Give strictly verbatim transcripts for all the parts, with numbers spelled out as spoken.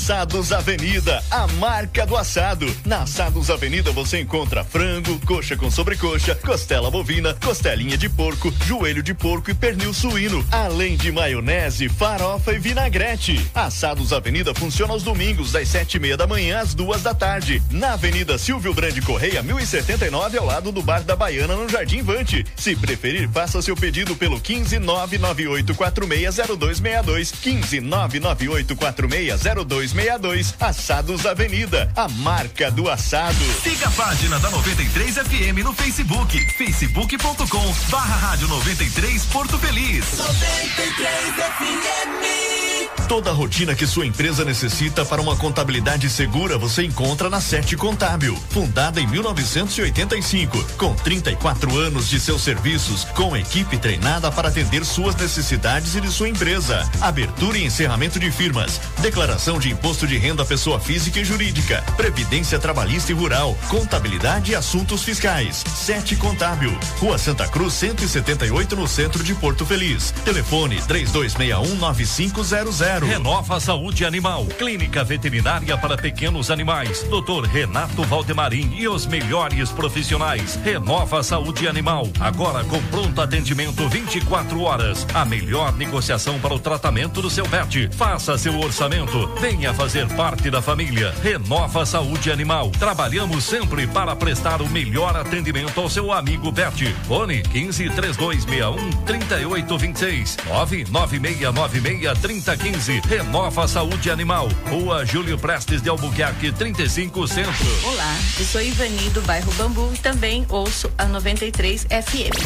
Assados Avenida, a marca do assado. Na Assados Avenida você encontra frango, coxa com sobrecoxa, costela bovina, costelinha de porco, joelho de porco e pernil suíno, além de maionese, farofa e vinagrete. Assados Avenida funciona aos domingos das sete e meia da manhã às duas da tarde, na Avenida Silvio Brande Correia mil e setenta e nove, ao lado do Bar da Baiana, no Jardim Vante. Se preferir, faça seu pedido pelo quinze nove nove oito quatro seis zero dois seis dois, quinze nove nove oito quatro seis zero dois seis dois. Assados Avenida, a marca do assado. Siga a página da noventa e três F M no Facebook, facebook ponto com barra rádio noventa e três Porto Feliz. noventa e três F M. Toda a rotina que sua empresa necessita para uma contabilidade segura você encontra na Sete Contábil. Fundada em mil novecentos e oitenta e cinco, com trinta e quatro anos de seus serviços, com equipe treinada para atender suas necessidades e de sua empresa. Abertura e encerramento de firmas, declaração de imposto de renda pessoa física e jurídica, previdência trabalhista e rural, contabilidade e assuntos fiscais. Sete Contábil, Rua Santa Cruz cento e setenta e oito, no centro de Porto Feliz. Telefone três dois seis um nove cinco zero zero. Renova Saúde Animal, clínica veterinária para pequenos animais. doutor Renato Valdemarim e os melhores profissionais. Renova Saúde Animal, agora com pronto atendimento vinte e quatro horas. A melhor negociação para o tratamento do seu pet. Faça seu orçamento, venha fazer parte da família. Renova Saúde Animal. Trabalhamos sempre para prestar o melhor atendimento ao seu amigo pet. Fone quinze três dois seis um três oito dois seis, nove nove seis nove seis três zero um cinco. Renova Saúde Animal, Rua Júlio Prestes de Albuquerque trinta e cinco, Centro. Olá, eu sou Ivani do bairro Bambu e também ouço a noventa e três F M.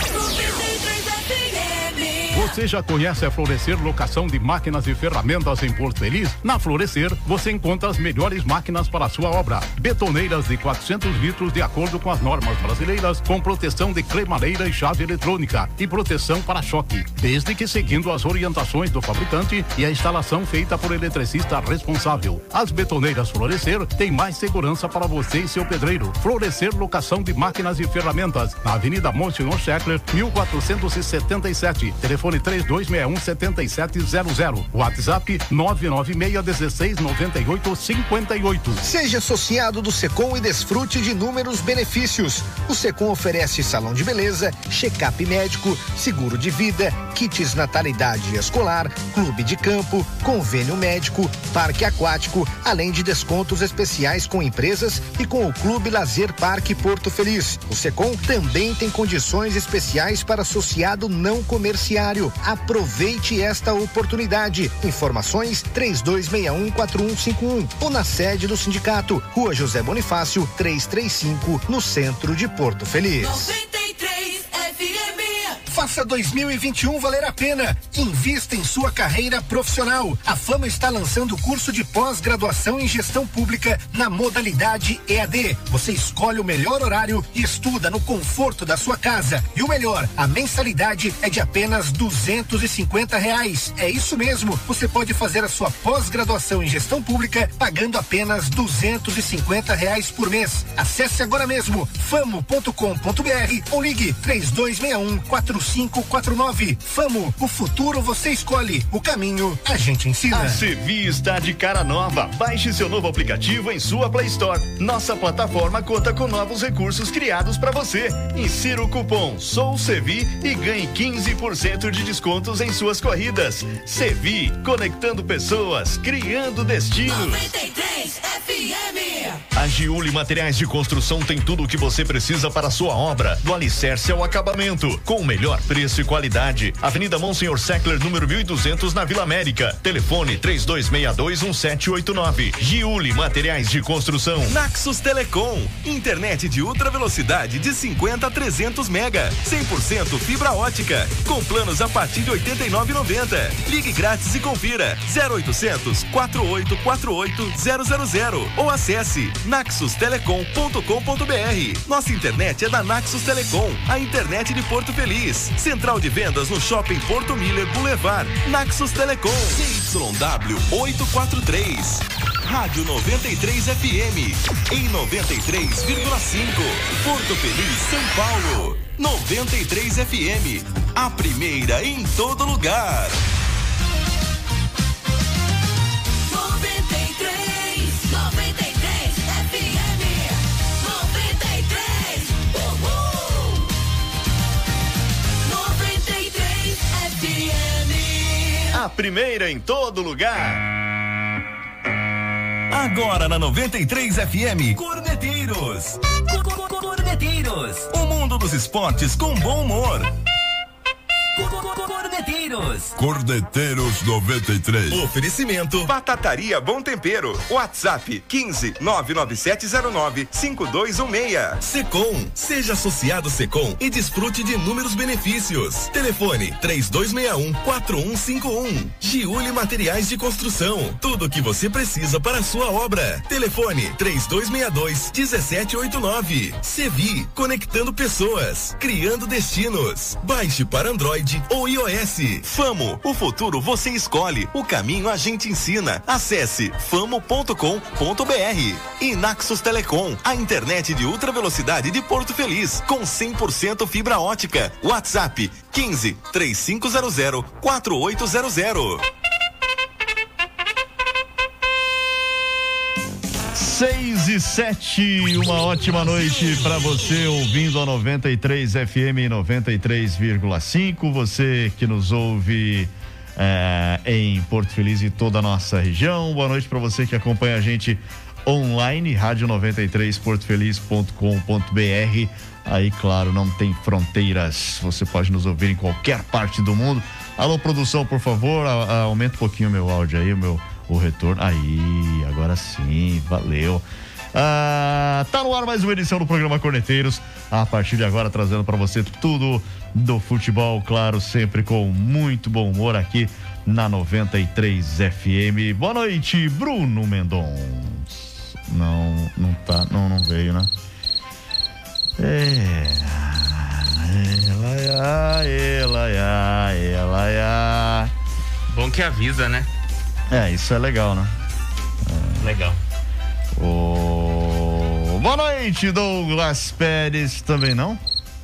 Você já conhece a Florescer Locação de Máquinas e Ferramentas em Porto Feliz? Na Florescer, você encontra as melhores máquinas para a sua obra. Betoneiras de quatrocentos litros de acordo com as normas brasileiras, com proteção de cremadeira e chave eletrônica e proteção para choque, desde que seguindo as orientações do fabricante e a instalação feita por eletricista responsável. As betoneiras Florescer têm mais segurança para você e seu pedreiro. Florescer Locação de Máquinas e Ferramentas, na Avenida Monsenhor Scheckler, mil quatrocentos e setenta e sete. Telefone três dois seis um sete sete zero zero. WhatsApp nove nove seis um seis nove oito cinco oito. Seja associado do Secom e desfrute de inúmeros benefícios. O Secom oferece salão de beleza, check-up médico, seguro de vida, kits natalidade escolar, clube de campo, convênio médico, parque aquático, além de descontos especiais com empresas e com o Clube Lazer Parque Porto Feliz. O Secom também tem condições especiais para associado não comerciário. Aproveite esta oportunidade. Informações três dois seis um quatro um cinco um ou na sede do sindicato, Rua José Bonifácio trezentos e trinta e cinco, no centro de Porto Feliz. noventa e três F M. Faça dois mil e vinte e um valer a pena. Invista em sua carreira profissional. A Fama está lançando o curso de pós-graduação em gestão pública na modalidade E A D. Você escolhe o melhor horário e estuda no conforto da sua casa. E o melhor, a mensalidade é de apenas duzentos e cinquenta reais. É isso mesmo. Você pode fazer a sua pós-graduação em gestão pública pagando apenas duzentos e cinquenta reais por mês. Acesse agora mesmo famo ponto com ponto br ou ligue três dois seis um quatro cinco quatro nove. Famo, o futuro você escolhe, o caminho a gente ensina. A Sevi está de cara nova. Baixe seu novo aplicativo em sua Play Store. Nossa plataforma conta com novos recursos criados para você. Insira o cupom Sou Sevi e ganhe quinze por cento de descontos em suas corridas. Sevi, conectando pessoas, criando destinos. noventa e três F M. A Giuli Materiais de Construção tem tudo o que você precisa para a sua obra, do alicerce ao acabamento, com o melhor preço e qualidade. Avenida Monsenhor Seckler, número mil e duzentos, na Vila América. Telefone três dois seis dois um sete oito nove. Giuli Materiais de Construção. Naxos Telecom, internet de ultra velocidade de cinquenta a trezentos mega, cem por cento fibra ótica, com planos a partir de oitenta e nove reais e noventa centavos. Ligue grátis e confira zero oitocentos, quatro oito quatro oito, zero zero zero ou acesse naxos telecom ponto com ponto br. Nossa internet é da Naxos Telecom, a internet de Porto Feliz. Central de vendas no Shopping Porto Miller Boulevard. Naxos Telecom. C Y W oitocentos e quarenta e três. Rádio noventa e três F M. Em noventa e três vírgula cinco. Porto Feliz, São Paulo. noventa e três F M. A primeira em todo lugar. noventa e três primeira em todo lugar. Agora na noventa e três F M, Corneteiros. Corneteiros. O mundo dos esportes com bom humor. Corneteiros. Corneteiros noventa e três. Oferecimento Batataria Bom Tempero. WhatsApp quinze nove nove sete zero nove cinco dois um seis. Secom. Seja associado Secom e desfrute de inúmeros benefícios. Telefone três dois seis um quatro um cinco um. Giuli Materiais de Construção. Tudo o que você precisa para a sua obra. Telefone três dois seis dois um sete oito nove. Sevi. Conectando pessoas. Criando destinos. Baixe para Android ou iOS. Famo, o futuro você escolhe, o caminho a gente ensina. Acesse famo ponto com ponto br. E Naxos Telecom, a internet de ultra velocidade de Porto Feliz, com cem por cento fibra ótica. WhatsApp quinze três cinco zero zero quatro oito zero zero. Seis e sete, uma ótima noite para você ouvindo a noventa e três F M noventa e três vírgula cinco, você que nos ouve é, em Porto Feliz e toda a nossa região. Boa noite para você que acompanha a gente online, rádio noventa e três porto feliz ponto com ponto br. Aí, claro, não tem fronteiras, você pode nos ouvir em qualquer parte do mundo. Alô, produção, por favor, a, a, aumenta um pouquinho o meu áudio aí, o meu o retorno. Aí, agora sim, valeu. Ah, tá no ar mais uma edição do programa Corneteiros. A partir de agora, trazendo para você tudo do futebol, claro, sempre com muito bom humor aqui na noventa e três F M. Boa noite, Bruno Mendonça. Não, não tá, não, não veio, né? É. Ela, ela, ela, ela, ela. Bom que avisa, né? É, isso é legal, né? É. Legal. Oh, boa noite, Douglas Pérez. Também não?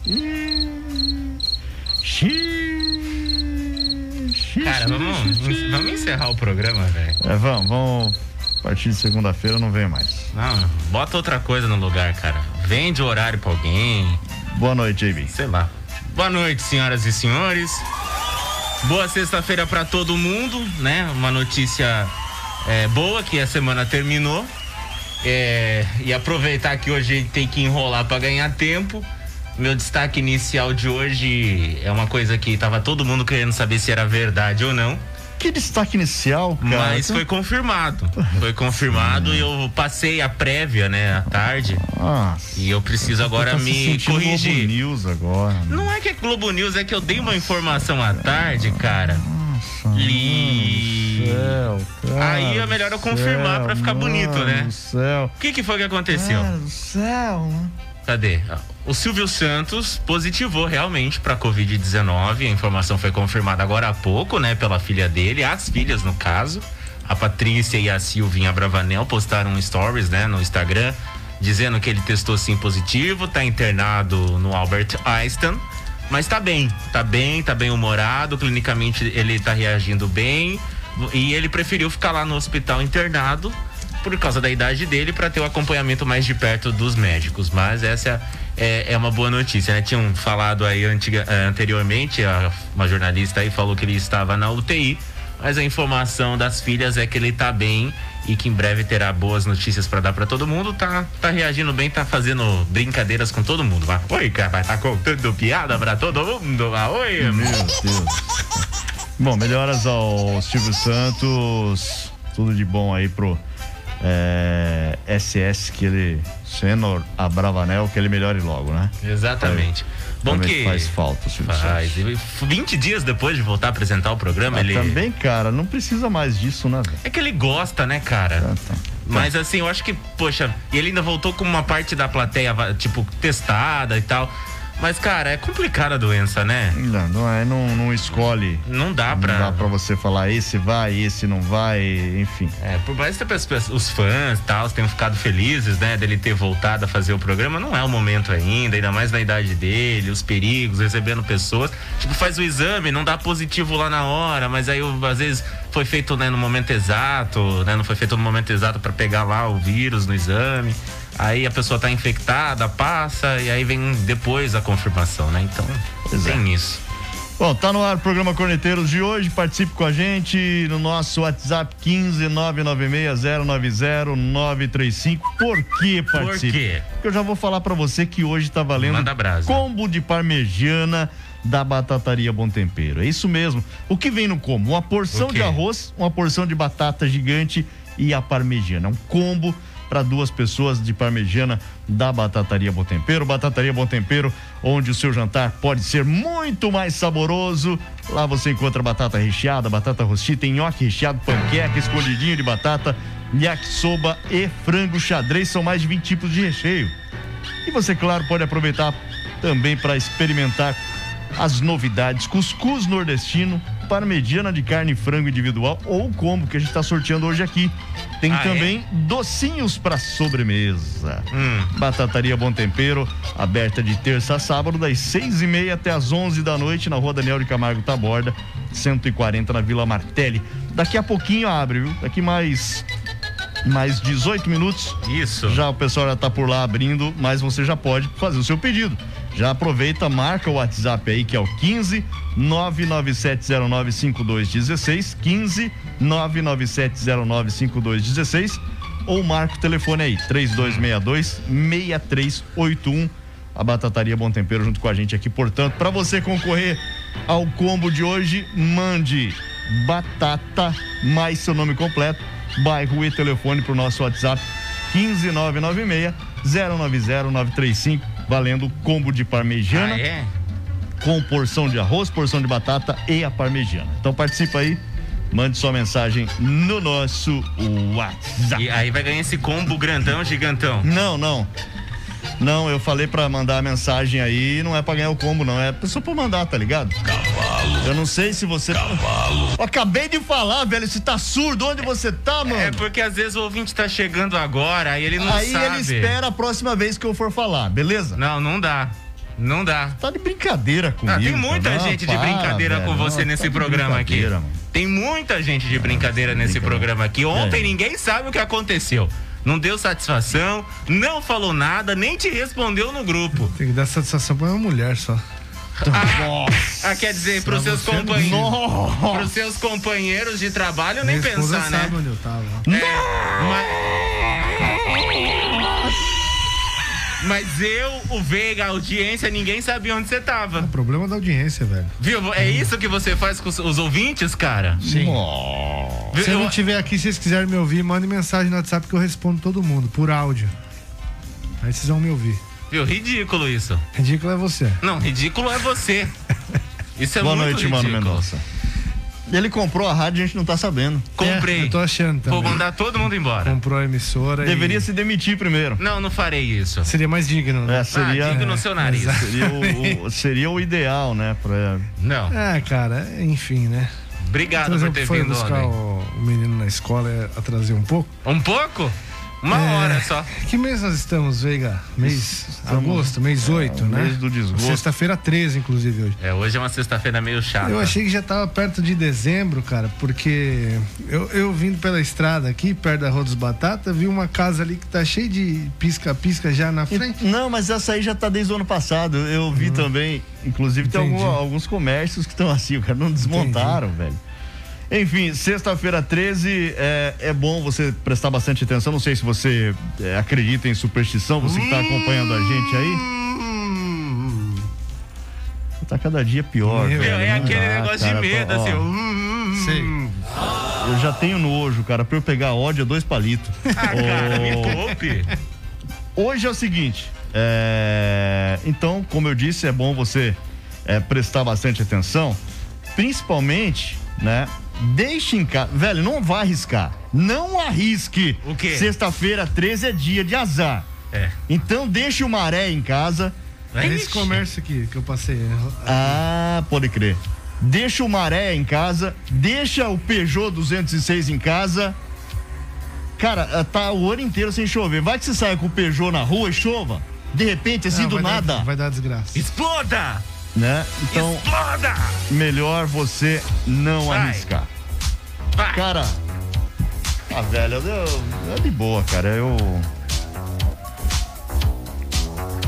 Cara, vamos, vamos encerrar o programa, velho. É, vamos, vamos. A partir de segunda-feira não vem mais. Não, bota outra coisa no lugar, cara. Vende o horário pra alguém. Boa noite, J B. Sei lá. Boa noite, senhoras e senhores. Boa sexta-feira pra todo mundo, né? Uma notícia é, boa, que a semana terminou. É, e aproveitar que hoje a gente tem que enrolar pra ganhar tempo. Meu destaque inicial de hoje é uma coisa que tava todo mundo querendo saber se era verdade ou não. Que destaque inicial, cara? Mas foi confirmado. Foi confirmado e eu passei a prévia, né, à tarde. Nossa, e eu preciso agora tá me corrigir. Globo News agora. Né? Não é que é Globo News, é que eu dei uma informação à tarde, cara. Nossa, Li. Céu, cara, aí é melhor eu confirmar céu, pra ficar bonito, né? Do céu. O que que foi que aconteceu? Cara do céu, mano. Cadê? O Silvio Santos positivou realmente para covid dezenove. A informação foi confirmada agora há pouco, né, pela filha dele, as filhas no caso. A Patrícia e a Silvinha Bravanel postaram um stories, né, no Instagram, dizendo que ele testou sim positivo, tá internado no Albert Einstein, mas tá bem, tá bem, tá bem humorado, clinicamente ele tá reagindo bem e ele preferiu ficar lá no hospital internado por causa da idade dele, para ter o acompanhamento mais de perto dos médicos. Mas essa é, é uma boa notícia, né? Tinham falado aí antiga, anteriormente, a, uma jornalista aí falou que ele estava na U T I, mas a informação das filhas é que ele tá bem e que em breve terá boas notícias para dar para todo mundo. Tá, tá reagindo bem, tá fazendo brincadeiras com todo mundo. Vai. Oi, cara, tá contando piada para todo mundo. Vai. Oi, meu Deus. Bom, melhoras ao Silvio Santos, tudo de bom aí pro É, S S, que ele Senhor Abravanel, que ele melhore logo, né? Exatamente. Bom, Bom que faz falta, Silvio faz. Santos. vinte dias depois de voltar a apresentar o programa, ah, ele também, cara, não precisa mais disso, né, velho? É que ele gosta, né, cara? Ah, tá. Mas assim, eu acho que, poxa, e ele ainda voltou com uma parte da plateia, tipo, testada e tal. Mas, cara, é complicada a doença, né? Não, não é, não, não escolhe. Não dá pra... Não dá pra você falar, esse vai, esse não vai, enfim. É, por mais que os fãs e tal tenham ficado felizes, né, dele ter voltado a fazer o programa, não é o momento ainda, ainda mais na idade dele, os perigos, recebendo pessoas. Tipo, faz o exame, não dá positivo lá na hora, mas aí, às vezes, foi feito, né, no momento exato, né, não foi feito no momento exato pra pegar lá o vírus no exame. Aí a pessoa tá infectada, passa, e aí vem depois a confirmação, né? Então, pois tem é. isso. Bom, tá no ar o programa Corneteiros de hoje. Participe com a gente no nosso WhatsApp quinze nove nove seis zero nove zero nove três cinco. Por que participe? Por quê? Porque eu já vou falar pra você que hoje tá valendo Manda brasa. combo de parmegiana da Batataria Bom Tempero. É isso mesmo. O que vem no combo? Uma porção de arroz, uma porção de batata gigante e a parmegiana. Um combo para duas pessoas de parmegiana da Batataria Bom Tempero. Batataria Bom Tempero, onde o seu jantar pode ser muito mais saboroso. Lá você encontra batata recheada, batata rostida, tem nhoque recheado, panqueca, escondidinho de batata, yakisoba e frango xadrez. São mais de vinte tipos de recheio. E você, claro, pode aproveitar também para experimentar as novidades: cuscuz nordestino, parmegiana de carne e frango individual ou o combo que a gente está sorteando hoje aqui. Tem ah, também é? docinhos para sobremesa. Hum. Batataria Bom Tempero, aberta de terça a sábado, das seis e meia até as onze da noite, na rua Daniel de Camargo Taborda, cento e quarenta, na Vila Martelli. Daqui a pouquinho abre, viu? Daqui mais... mais dezoito minutos. Isso. Já o pessoal já tá por lá abrindo, mas você já pode fazer o seu pedido. Já aproveita, marca o WhatsApp aí, que é o quinze nove nove sete zero nove cinco dois um seis, quinze nove nove sete zero nove cinco dois um seis, ou marca o telefone aí, três dois seis dois, seis três oito um. A Batataria Bom Tempero junto com a gente aqui. Portanto, para você concorrer ao combo de hoje, mande batata mais seu nome completo, bairro e telefone pro nosso WhatsApp quinze nove nove seis zero nove zero nove três cinco, valendo combo de parmegiana. Ah, é? Com porção de arroz, porção de batata e a parmegiana. Então participa aí, mande sua mensagem no nosso WhatsApp. E aí vai ganhar esse combo grandão, gigantão? Não, não. Não, eu falei pra mandar a mensagem aí, não é pra ganhar o combo, não. É só pra mandar, tá ligado? Cavalo. Eu não sei se você... Cavalo. Eu acabei de falar, velho, você tá surdo? Onde você tá, mano? É porque às vezes o ouvinte tá chegando agora, aí ele não aí sabe. Aí ele espera a próxima vez que eu for falar, beleza? Não, não dá. Não dá. Tá de brincadeira comigo. Ah, tem muita não, gente para, de brincadeira velho, com você não, nesse tá programa aqui. Mano. Tem muita gente de brincadeira não, nesse programa aqui. Ontem é. ninguém sabe o que aconteceu. Não deu satisfação, não falou nada, nem te respondeu no grupo. Tem que dar satisfação pra uma mulher só. Ah, Nossa, ah, quer dizer, pros seus companheiros, pros seus companheiros de trabalho, nem Minha pensar, né? Sabe onde eu tava. É, mas, mas eu, o Veiga, a audiência, ninguém sabia onde você tava. É o problema da audiência, velho. Viu? É isso que você faz com os, os ouvintes, cara? Sim. Oh. Se eu não estiver aqui, se vocês quiserem me ouvir, mandem mensagem no WhatsApp que eu respondo todo mundo, por áudio. Aí vocês vão me ouvir. Viu? Ridículo isso. Ridículo é você. Não, ridículo é você. Isso é Boa muito noite, ridículo. Mano Mendonça. Ele comprou a rádio e a gente não tá sabendo. Comprei. É, eu tô achando também. Vou mandar todo mundo embora. Comprou a emissora. Deveria e... se demitir primeiro. Não, não farei isso. Seria mais digno, né? É, seria, ah, digno no seu nariz. É, seria, o, o, seria o ideal, né? Pra... Não. É, cara, enfim, né? Obrigado então, por ter foi vindo, buscar o, o menino na escola a trazer um pouco. Um pouco? Uma é, hora só. Que mês nós estamos, Veiga? Mês estamos, agosto, mês oito, é, né? Mês do desgosto. Sexta-feira treze, inclusive, hoje. É, hoje é uma sexta-feira meio chata. Eu achei que já tava perto de dezembro, cara, porque eu, eu vindo pela estrada aqui, perto da Rua dos Batata, vi uma casa ali que tá cheia de pisca-pisca já na frente. Não, mas essa aí já tá desde o ano passado. Eu vi uhum. também, inclusive tem algum, alguns comércios que estão assim, o cara não desmontaram, Entendi. velho. Enfim, sexta-feira treze, é, é bom você prestar bastante atenção. Não sei se você é, acredita em superstição, você que tá acompanhando a gente aí. Tá cada dia pior. Meu, velho, é aquele dá, negócio cara, de medo, ó, assim. Hum, sei. Eu já tenho nojo, cara. Pra eu pegar ódio é dois palitos. Ah, cara, me poupe. Hoje é o seguinte, é... então, como eu disse, é bom você é, prestar bastante atenção, principalmente, né? Deixe em casa, velho, não vá arriscar, não arrisque. O quê? Sexta-feira treze é dia de azar. É. Então deixe o Maré em casa. É esse comércio aqui que eu passei. Ah, pode crer. Deixa o Maré em casa, deixa o Peugeot duzentos e seis em casa. Cara, tá o ano inteiro sem chover. Vai que você saia com o Peugeot na rua e chova. De repente, assim, Não, do vai nada. Dar, vai dar desgraça. Exploda! Né? Então, Exploda! melhor você não Vai. arriscar. Vai. Cara, ah, velho, eu, eu, é de boa, cara. Eu.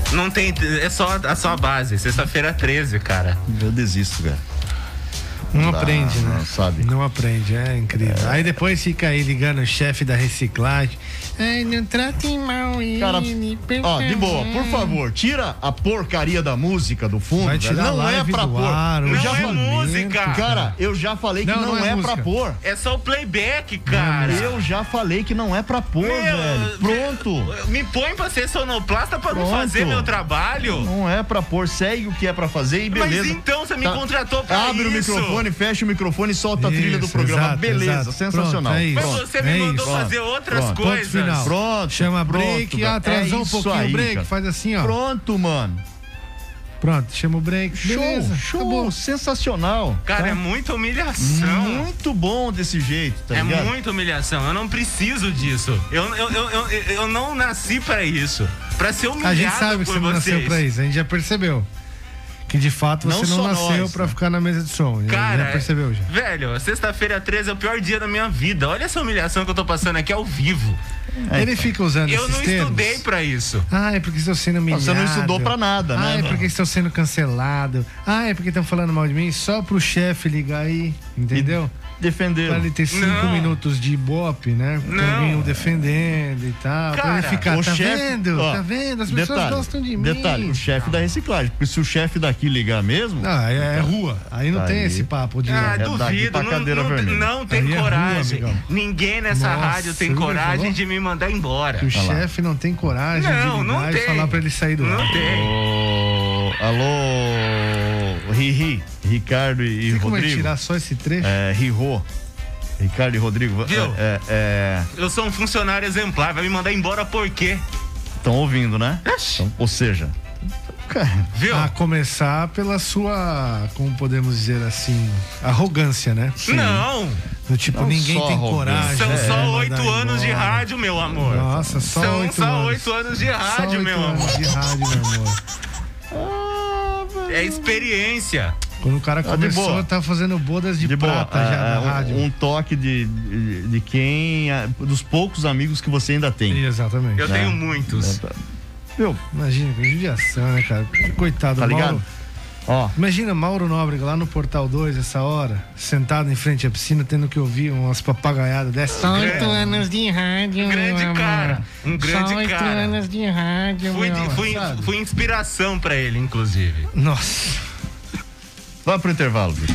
Não tem, é só a sua base. Sexta-feira treze, cara. Eu desisto, cara. Não, não aprende, dá, né? Não sabe. Não aprende, é incrível. É. Aí depois fica aí ligando o chefe da reciclagem. Ai, não tratem mal ele. Cara, ó, de boa, por favor, tira a porcaria da música do fundo. Vai tirar não é pra pôr. Ar, eu não já é falei, música. Cara, eu já falei que não, não, não é, é pra pôr. É só o playback, cara. Eu já falei que não é pra pôr, meu, velho. Pronto. Me põe pra ser sonoplasta pra Pronto. não fazer meu trabalho. Não é pra pôr, segue o que é pra fazer e beleza. Mas então você me tá. contratou pra Abre isso. o microfone, fecha o microfone e solta isso, a trilha do programa. Exato, beleza, exato. sensacional. Pronto, é Mas Pronto. você me é mandou isso. fazer outras Pronto. coisas. Final. Pronto. Chama break, Pronto, ah, atrasou é um pouquinho aí, o break, cara. faz assim, ó. Pronto, mano. Pronto, chama o break. Show, Beleza, show, acabou. Sensacional. Cara, tá? é muita humilhação. Muito bom desse jeito, tá é ligado? É muita humilhação, eu não preciso disso. Eu, eu, eu, eu, eu não nasci pra isso. Pra ser humilhado. A gente sabe que por você não vocês. nasceu pra isso, a gente já percebeu. Que de fato você não, não nasceu nós, pra né? ficar na mesa de som. Cara, já percebeu já. Velho, sexta-feira treze é o pior dia da minha vida. Olha essa humilhação que eu tô passando aqui ao vivo. É, Ele fica usando Eu esses não termos. estudei pra isso. Ah, é porque estão sendo humilhados. Você não estudou pra nada, né? Ah, é porque estão sendo cancelados. Ah, é porque estão falando mal de mim. Só pro chefe ligar aí, entendeu? Defender. Pra ele ter cinco não. minutos de ibope, né? Não. defendendo e tal. Cara, pra ele ficar, o tá chefe, vendo? ó, Tá vendo? As pessoas detalhe, gostam de mim. Detalhe, o chefe da reciclagem. Porque se o chefe daqui ligar mesmo... Não, é, é rua. Aí não tá tem aí. esse papo de... Ah, é duvido. Não, não, não tem aí coragem. É rua, Ninguém nessa Nossa, rádio tem coragem de me mandar embora. Que o chefe não tem coragem não, de ligar não e tem. falar pra ele sair do Não ar. tem. Oh, alô, Riri, Ricardo e tem como Rodrigo. tirar só esse trecho? É, Rirô. Ricardo e Rodrigo. Viu? É, é... Eu sou um funcionário exemplar, vai me mandar embora por quê? Estão ouvindo, né? Então, ou seja, viu? A começar pela sua, como podemos dizer assim, arrogância, né? Sim. Não. Do tipo, não ninguém tem coragem. São só é, oito anos de rádio, meu amor. Nossa, só São oito só anos. oito anos de rádio, só meu anos amor. de rádio, meu amor. Ah, é experiência. Quando o cara começou, ah, tá fazendo bodas de, de prata boa. já ah, na um, rádio. Um toque de, de, de quem, dos poucos amigos que você ainda tem. Exatamente. Eu né? tenho muitos. Meu, imagina, que judiação, né, cara? Coitado, tá Mauro. ligado? Ó. Imagina Mauro Nóbrega lá no Portal dois, essa hora, sentado em frente à piscina, tendo que ouvir umas papagaiadas dessas. Só oito anos de rádio, Um grande meu cara. amor. Um grande Só oito cara. anos de rádio, Fui, meu fui, amor, fui inspiração pra ele, inclusive. Nossa. Vai pro intervalo, bicho.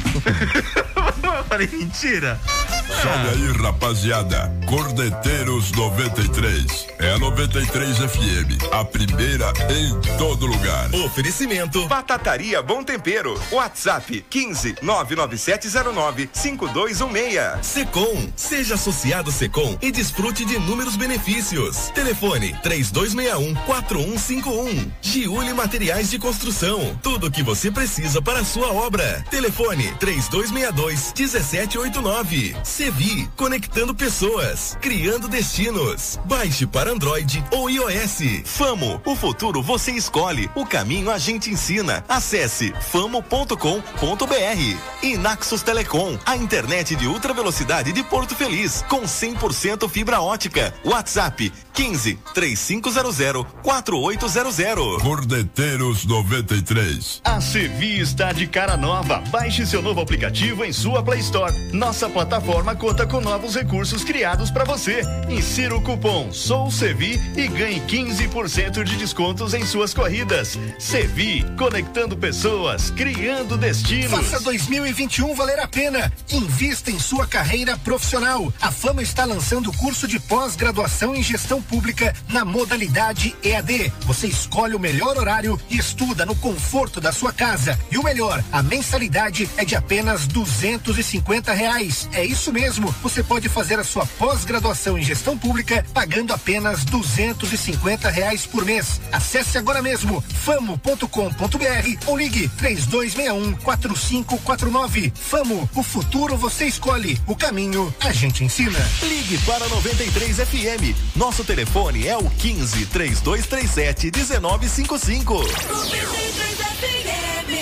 Eu falei, mentira. Salve aí, rapaziada. Cordeteiros noventa e três. É a noventa e três F M. A primeira em todo lugar. Oferecimento. Batataria Bom Tempero. WhatsApp quinze nove nove sete zero nove cinco dois um seis. Secom. Seja associado Secom e desfrute de inúmeros benefícios. Telefone três dois seis um quatro um cinco um. Giuli Materiais de Construção. Tudo o que você precisa para a sua obra. Telefone três dois seis dois um sete oito nove. Sevi, conectando pessoas, criando destinos. Baixe para Android ou iOS. Famo, o futuro você escolhe, o caminho a gente ensina. Acesse famo ponto com ponto br. E Naxos Telecom, a internet de ultra velocidade de Porto Feliz, com cem por cento fibra ótica. WhatsApp quinze três cinco zero zero quatro oito zero zero. Cordeteiros noventa e três. A Sevi está de cara nova. Baixe seu novo aplicativo em sua Play Store. Nossa plataforma conta com novos recursos criados para você. Insira o cupom SOUSEVI e ganhe quinze por cento de descontos em suas corridas. Sevi, conectando pessoas, criando destinos. Faça dois mil e vinte e um valer a pena. Invista em sua carreira profissional. A Fama está lançando o curso de pós-graduação em gestão pública na modalidade E A D. Você escolhe o melhor horário e estuda no conforto da sua casa. E o melhor, a mensalidade é de apenas duzentos e cinquenta reais. É isso mesmo, você pode fazer a sua pós-graduação em gestão pública pagando apenas duzentos e cinquenta reais por mês. Acesse agora mesmo famo ponto com ponto br ou ligue três dois seis um quatro cinco quatro nove. Famo, o futuro você escolhe, o caminho a gente ensina. Ligue para noventa e três F M. Nosso telefone é o quinze três dois três sete um nove cinco cinco. noventa e três F M. A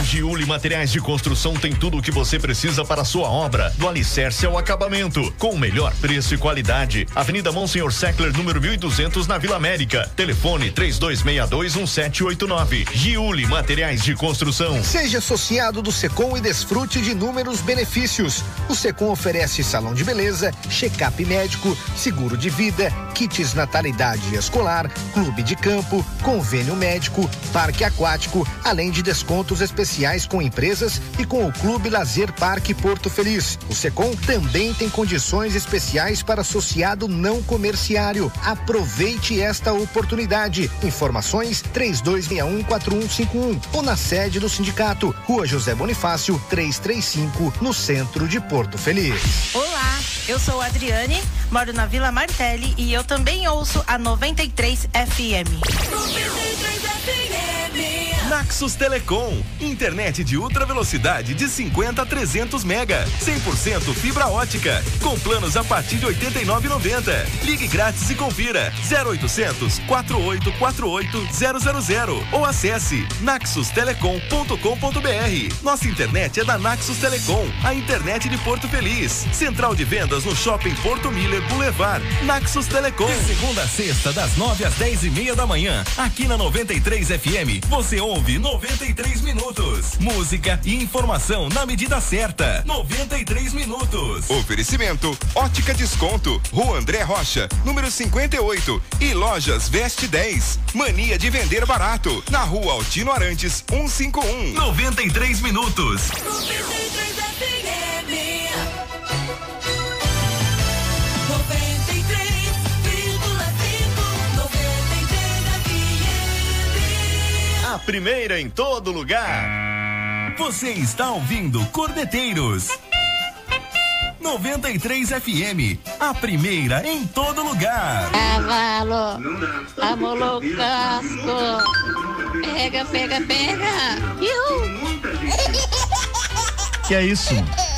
A Giuli Materiais de Construção tem tudo o que você precisa para a sua obra, do alicerce ao acabamento, com o melhor preço e qualidade. Avenida Monsenhor Seckler, número mil e duzentos, na Vila América. Telefone três dois seis dois um sete oito nove. Giuli Materiais de Construção. Seja associado do Secom e desfrute de inúmeros benefícios. O Secom oferece salão de beleza, check-up médico, seguro de vida, kits natalidade escolar, clube de campo, convênio médico, parque aquático, além de descontos especiais com empresas e com o Clube Lazer Parque Porto Feliz. O Secom também tem condições especiais para associado não comerciário. Aproveite esta oportunidade. Informações três dois seis um quatro um cinco um ou na sede do sindicato, Rua José Bonifácio, trezentos e trinta e cinco, no centro de Porto Feliz. Olá, eu sou a Adriane, moro na Vila Martelli e eu também ouço a noventa e três F M. Naxos Telecom, internet de ultra velocidade de cinquenta a trezentos mega, cem por cento fibra ótica, com planos a partir de oitenta e nove reais e noventa centavos. Ligue grátis e confira zero oitocentos, quatro oito quatro oito, zero zero zero ou acesse naxos telecom ponto com ponto br. Nossa internet é da Naxos Telecom, a internet de Porto Feliz. Central de vendas no Shopping Porto Miller Boulevard. Naxos Telecom. De segunda a sexta, das nove às dez e meia da manhã, aqui na noventa e três F M, você ouve noventa e três minutos. Música e informação na medida certa. noventa e três minutos. Oferecimento Ótica Desconto, Rua André Rocha, número cinquenta e oito, e Lojas Veste dez. Mania de vender barato, na Rua Altino Arantes, cento e cinquenta e um. noventa e três minutos. A primeira em todo lugar. Você está ouvindo Cordeteiros. noventa e três F M, a primeira em todo lugar. Cavalo, amolou o casco. Pega, pega, pega. Iu. Que é isso?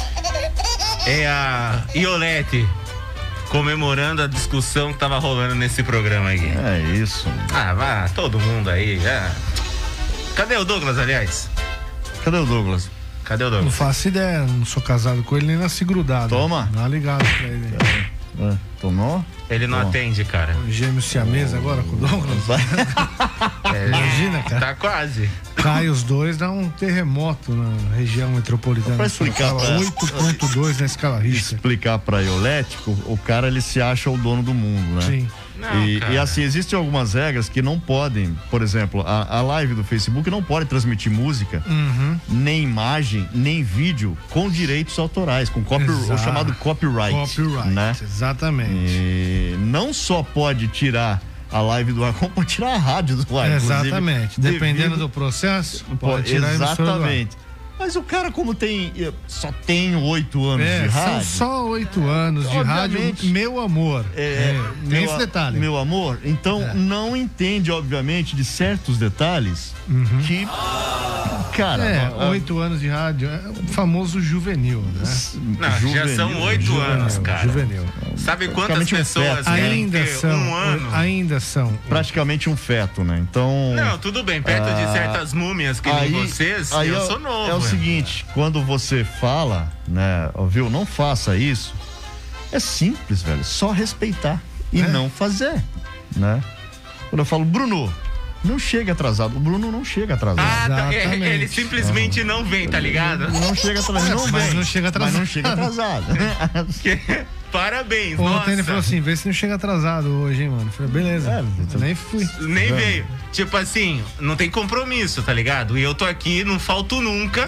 É a Iolete comemorando a discussão que tava rolando nesse programa aqui. É isso. Ah, vá, todo mundo aí, já. Cadê o Douglas, aliás? Cadê o Douglas? Cadê o Douglas? Não faço ideia, não sou casado com ele nem nasci grudado. Toma. Dá ligado pra ele. É. Tomou? Ele não Tomou. atende, cara. Gêmeo siamês agora com o Douglas? É, imagina, cara. Tá quase. Cai os dois, dá um terremoto na região metropolitana. Pra explicar pra oito ponto dois na escala Richter. Explicar pra Iolete, o, o cara ele se acha o dono do mundo, né? Sim. Não, e, cara. e assim, existem algumas regras que não podem, por exemplo, a, a live do Facebook não pode transmitir música, Uhum. nem imagem, nem vídeo com direitos autorais, com copy, o Exato. chamado copyright. Copyright, né? exatamente. E não só pode tirar a live do ar, como pode tirar a rádio do ar. Exatamente. inclusive, Dependendo devido- do processo, Pô, pode tirar a emissora do ar. exatamente. Mas o cara, como tem. Só tem oito anos É, de são rádio. só oito anos de Obviamente. rádio, meu amor. É, É, tem meu, esse detalhe. Meu amor, então É. não entende, obviamente, de certos detalhes que. Cara, É, ó, ó, oito anos de rádio, é o famoso juvenil, né? Não, já juvenil, são oito Juvenil, anos, cara. Juvenil. Sabe quantas Praticamente um pessoas feto, né? têm Ainda que são, um ano? ainda são. praticamente um feto, né? Então. Não, tudo bem, perto de Ah, certas múmias que aí, nem vocês, aí eu é, sou novo. É o velho. seguinte, quando você fala, né, ó, viu, não faça isso, é simples, velho, só respeitar e É. não fazer, né? Quando eu falo, Bruno, não chega atrasado, o Bruno não chega atrasado. Ah, tá, é, Exatamente. ele simplesmente não vem, tá ligado? Não chega atrasado, não mas vem, não chega atrasado. mas não chega atrasado. Que- Parabéns, O nossa. Tênis falou assim, vê se não chega atrasado hoje, hein, mano. Eu falei, beleza. É, Eu nem fui. Nem É. veio. Tipo assim, não tem compromisso, tá ligado? E eu tô aqui, não falto nunca.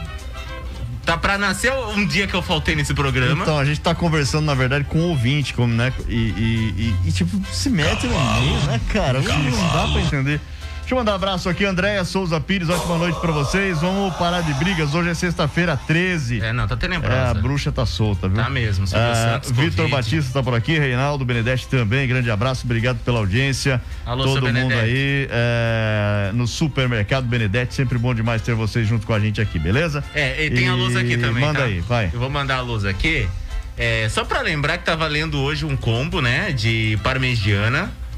Tá pra nascer um dia que eu faltei nesse programa. Então, a gente tá conversando, na verdade, com o ouvinte, como, né? E, e- e- e, tipo, se mete no meio, né, cara? Não dá pra entender. Deixa eu mandar um abraço aqui, Andréia Souza Pires, ótima noite pra vocês. Vamos parar de brigas, hoje é sexta-feira treze. É, não, tá É, a tenebrosa. bruxa tá solta, viu? Tá mesmo, Silvio Ah, Santos, Vitor Covid. Batista tá por aqui, Reinaldo Benedetti também, grande abraço, obrigado pela audiência. Alô, Todo seu mundo Benedetti. aí é, no supermercado Benedetti, sempre bom demais ter vocês junto com a gente aqui, beleza? É, e tem a luz aqui também, Manda tá? aí, vai. Eu vou mandar a luz aqui. É, só pra lembrar que tá valendo hoje um combo, né? De parmegiana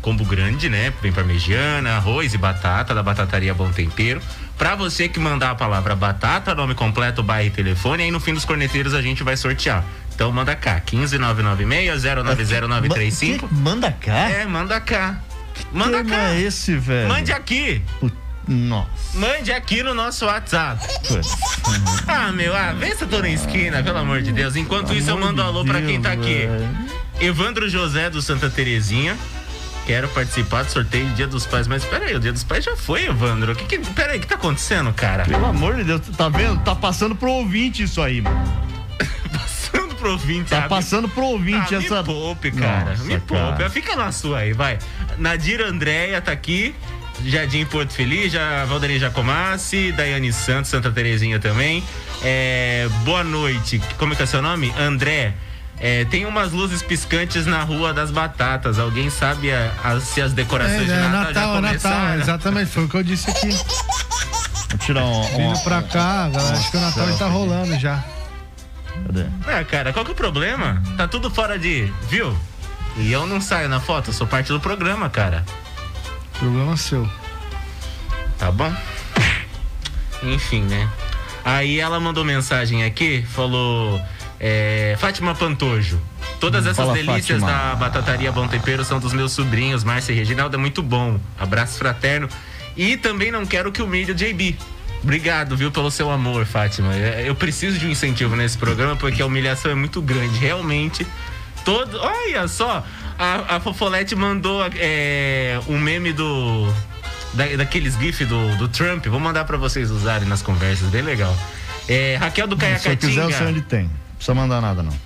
combo grande, né? Vem parmegiana, arroz e batata da Batataria Bom Tempero. Pra você que mandar a palavra batata, nome completo, bairro e telefone, aí no fim dos corneteiros a gente vai sortear. Então manda cá, quinze nove nove seis zero nove zero nove três cinco. Manda cá? É, manda cá. Manda cá. É esse, velho? Mande aqui. Nossa. Mande aqui no nosso WhatsApp. Ah, meu, ah, vê se eu tô na esquina, pelo amor de Deus. Enquanto pelo isso, eu mando um alô Deus, pra quem tá aqui. Véio. Evandro José do Santa Terezinha. Quero participar do sorteio do Dia dos Pais. Mas peraí, o Dia dos Pais já foi, Evandro. Que que, peraí, o que tá acontecendo, cara? Pelo amor de Deus, tá vendo? Tá passando pro ouvinte isso aí, mano. Passando pro ouvinte. Tá ah, passando me... pro ouvinte ah, essa... Me poupe, cara. Nossa, me poupe. Cara. Fica na sua aí, vai. Nadir Andréia tá aqui. Jardim Porto Feliz, já, Valderia Jacomassi, Daiane Santos, Santa Terezinha também. É, boa noite. Como é que é seu nome? André. É, tem umas luzes piscantes na Rua das Batatas. Alguém sabe a, a, se as decorações é, de é, Natal, Natal já começaram? Natal, exatamente, foi o que eu disse aqui. Vou tirar um... Vindo pra cá, galera, acho que o Natal está rolando já. Cadê? É, cara, qual que é o problema? Tá tudo fora de... Viu? E eu não saio na foto, eu sou parte do programa, cara. Problema seu. Tá bom? Enfim, né? Aí ela mandou mensagem aqui, falou... É, Fátima Pantojo. Todas essas Fala, delícias Fátima. da Batataria Bom Tempero são dos meus sobrinhos, Márcia e Reginaldo. É muito bom. Abraço fraterno. E também não quero que humilhe o J B. Obrigado, viu, pelo seu amor, Fátima. Eu preciso de um incentivo nesse programa porque a humilhação é muito grande. Realmente, todo... Olha só, a, a Fofolete mandou é, um meme do... Da, daqueles gifs do, do Trump. Vou mandar pra vocês usarem nas conversas, bem legal. É, Raquel do Caiacatinga. Se eu quiser, eu sei onde tem. Não precisa mandar nada, não.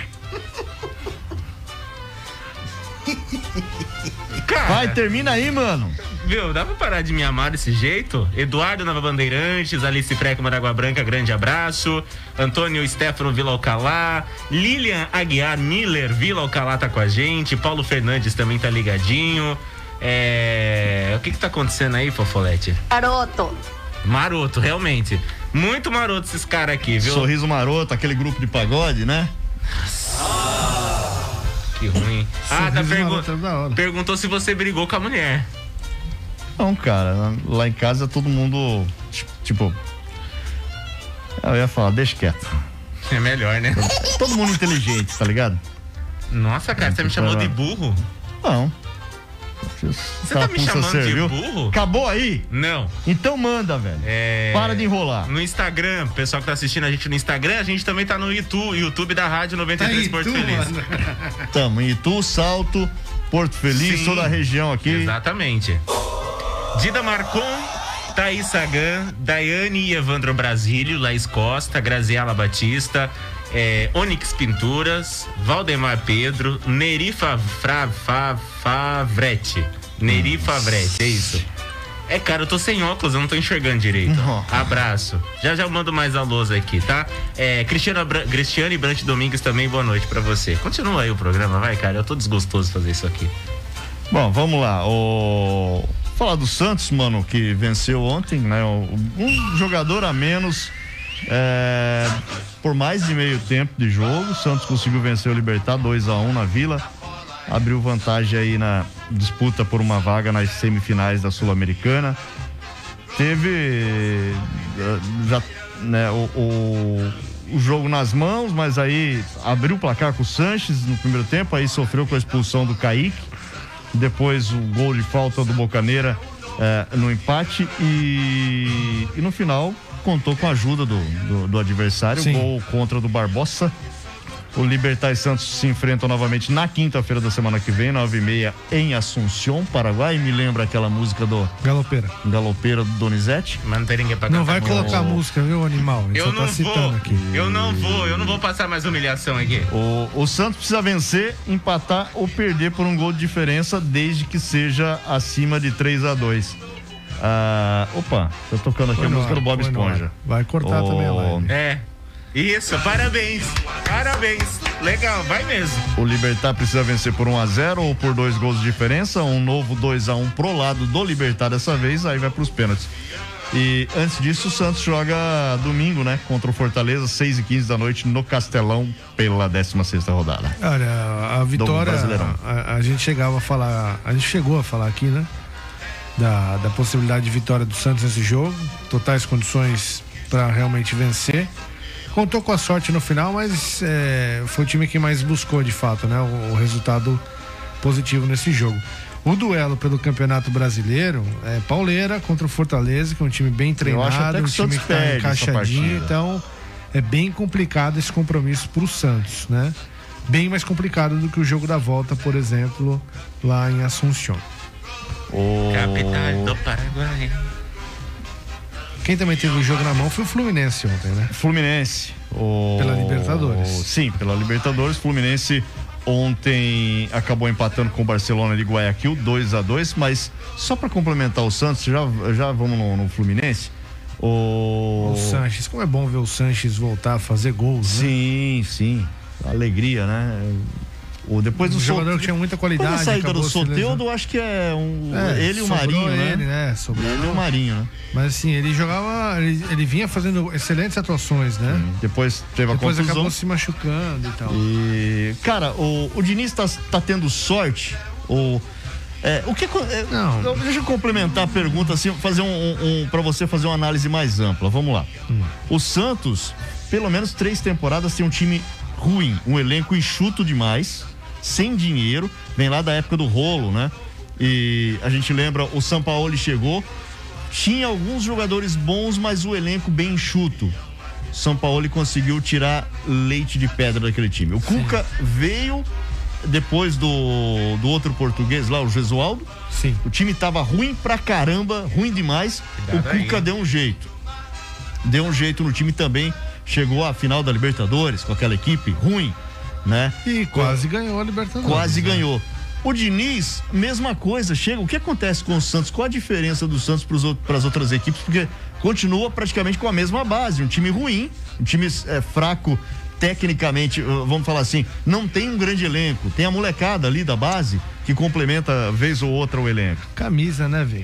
Cara, vai, termina aí, mano. Viu, dá pra parar de me amar desse jeito? Eduardo Nova Bandeirantes, Alice Freco Maragua Branca, grande abraço. Antônio Stefano Vila Alcalá, Lilian Aguiar Miller Vila Alcalá tá com a gente, Paulo Fernandes também tá ligadinho. É... O que que tá acontecendo aí, Fofolete? Maroto. Maroto, realmente. Muito maroto esses caras aqui, viu? Sorriso Maroto, aquele grupo de pagode, né? Que ruim. Ah, tá pergu... maroto é da hora. Perguntou se você brigou com a mulher. Não, cara, lá em casa todo mundo, tipo, eu ia falar, deixa quieto. É melhor, né? Todo mundo inteligente, tá ligado? Nossa, cara, você me chamou de burro? Não. Você tá me chamando ser, de viu? burro? Acabou aí? Não. Então manda, velho. É... Para de enrolar. No Instagram, pessoal que tá assistindo a gente no Instagram, a gente também tá no YouTube, YouTube da Rádio noventa e três tá Porto Itu, Feliz. Mano. Tamo em Itu, Salto, Porto Feliz, Sim, toda a região aqui. Exatamente. Dida Marcon, Thaís Sagan, Daiane e Evandro Brasílio, Laís Costa, Graziela Batista, é, Onyx Pinturas, Valdemar Pedro, Neri Favra, Fa, Favrete. Neri Favrete, é isso. É, cara, eu tô sem óculos, eu não tô enxergando direito. Não. Abraço. Já já mando mais alôs aqui, tá? É, Cristiana Bra- Cristiane Brant Domingues também, boa noite pra você. Continua aí o programa, vai, cara, eu tô desgostoso de fazer isso aqui. Bom, vamos lá. O... Falar do Santos, mano, que venceu ontem, né? Um jogador a menos é... por mais de meio tempo de jogo. O Santos conseguiu vencer o Libertad dois a um na Vila. Abriu vantagem aí na disputa por uma vaga nas semifinais da Sul-Americana. Teve já, né, o, o, o jogo nas mãos, mas aí abriu o placar com o Sanches no primeiro tempo, aí sofreu com a expulsão do Kaique. Depois o gol de falta do Bocaneira eh, no empate e, e no final contou com a ajuda do, do, do adversário. Sim. Gol contra do Barbosa. O Libertad e Santos se enfrentam novamente na quinta-feira da semana que vem, nove e meia, em Assunção, Paraguai. Me lembra aquela música do Galopeira. Galopeira do Donizete. Não vai colocar música, viu, animal? Ele eu só não tá citando vou, aqui. eu não vou, eu não vou passar mais humilhação aqui. O, o Santos precisa vencer, empatar ou perder por um gol de diferença, desde que seja acima de três a dois. Ah, opa, tô tocando aqui foi a música ar, do Bob Esponja. Vai cortar o... também a live. É. Isso, parabéns, parabéns, legal, vai mesmo. O Libertad precisa vencer por um a zero ou por dois gols de diferença, um novo dois a um pro lado do Libertad dessa vez, aí vai pros pênaltis. E antes disso, o Santos joga domingo, né? Contra o Fortaleza, seis e quinze da noite, no Castelão, pela décima sexta rodada. Olha, a vitória, a, a gente chegava a falar, a gente chegou a falar aqui, né? Da, da possibilidade de vitória do Santos nesse jogo, totais condições para realmente vencer. Contou com a sorte no final, mas é, foi o time que mais buscou de fato, né? O, o resultado positivo nesse jogo. O duelo pelo Campeonato Brasileiro é pauleira contra o Fortaleza, que é um time bem treinado, Eu acho até que um o time Santos que tá perde essa encaixadinho, partida. então é bem complicado esse compromisso pro Santos, né? Bem mais complicado do que o jogo da volta, por exemplo, lá em Assunção. O... Capital do Paraguai. Quem também teve o jogo na mão foi o Fluminense ontem, né? Fluminense. O... Pela Libertadores. Sim, pela Libertadores. Fluminense ontem acabou empatando com o Barcelona de Guayaquil, dois a dois, mas só para complementar o Santos, já, já vamos no, no Fluminense. O... o Sanches, como é bom ver o Sanches voltar a fazer gols, sim, né? Sim, alegria, né? O, depois o do jogador Sol... que tinha muita qualidade. Depois da saída do acabou se Soteldo, eu acho que é um... É, ele e o sobrou Marinho, né? ele, né? Sobrou Ele e o Marinho, né? Mas assim, ele jogava, ele, ele vinha fazendo excelentes atuações, né? Sim. Depois teve a Depois contusão. acabou se machucando e tal. E, cara, o, o Diniz tá, tá tendo sorte. O, é, o que, é, Não. Deixa eu complementar a pergunta, assim, fazer um, um, um para você fazer uma análise mais ampla. Vamos lá. Hum. O Santos, pelo menos três temporadas, tem um time ruim, um elenco enxuto demais, sem dinheiro, vem lá da época do rolo, né? E a gente lembra, o Sampaoli chegou, tinha alguns jogadores bons, mas o elenco bem enxuto. Sampaoli conseguiu tirar leite de pedra daquele time. O Sim. Cuca veio depois do, do outro português lá, o Gesualdo. Sim. O time tava ruim pra caramba, ruim demais. Cuidado o Cuca aí. deu um jeito. Deu um jeito no time também. Chegou à final da Libertadores com aquela equipe ruim, né? E quase ganhou a Libertadores. Quase né? ganhou. O Diniz, mesma coisa, chega. O que acontece com o Santos? Qual a diferença do Santos para as outras equipes? Porque continua praticamente com a mesma base. Um time ruim, um time é, fraco tecnicamente, vamos falar assim, não tem um grande elenco. Tem a molecada ali da base que complementa vez ou outra o elenco. Camisa, né, velho?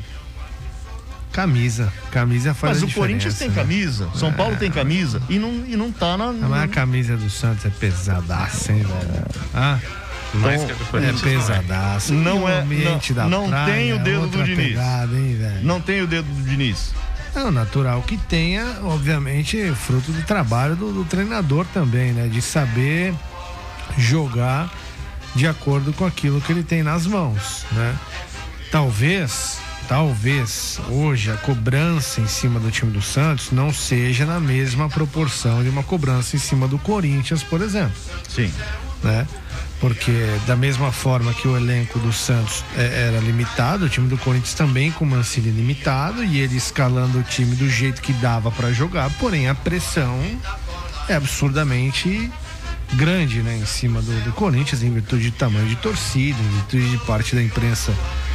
Camisa. Camisa faz Mas a o Corinthians tem né? camisa, São é. Paulo tem camisa e não, e não tá na. Mas a camisa do Santos é pesadaça, hein, velho? Ah. Mais que a do Corinthians, é pesadaço. Não é. ambiente não da não praia, tem o dedo do Diniz. Pegada, hein, velho? Não tem o dedo do Diniz. É o natural que tenha, obviamente, fruto do trabalho do, do treinador também, né? De saber jogar de acordo com aquilo que ele tem nas mãos, né? Talvez, talvez hoje a cobrança em cima do time do Santos não seja na mesma proporção de uma cobrança em cima do Corinthians, por exemplo. Sim. Né? Porque da mesma forma que o elenco do Santos é, era limitado, o time do Corinthians também com o Mancini limitado e ele escalando o time do jeito que dava para jogar, porém a pressão é absurdamente grande, né, em cima do, do Corinthians, em virtude de tamanho de torcida, em virtude de parte da imprensa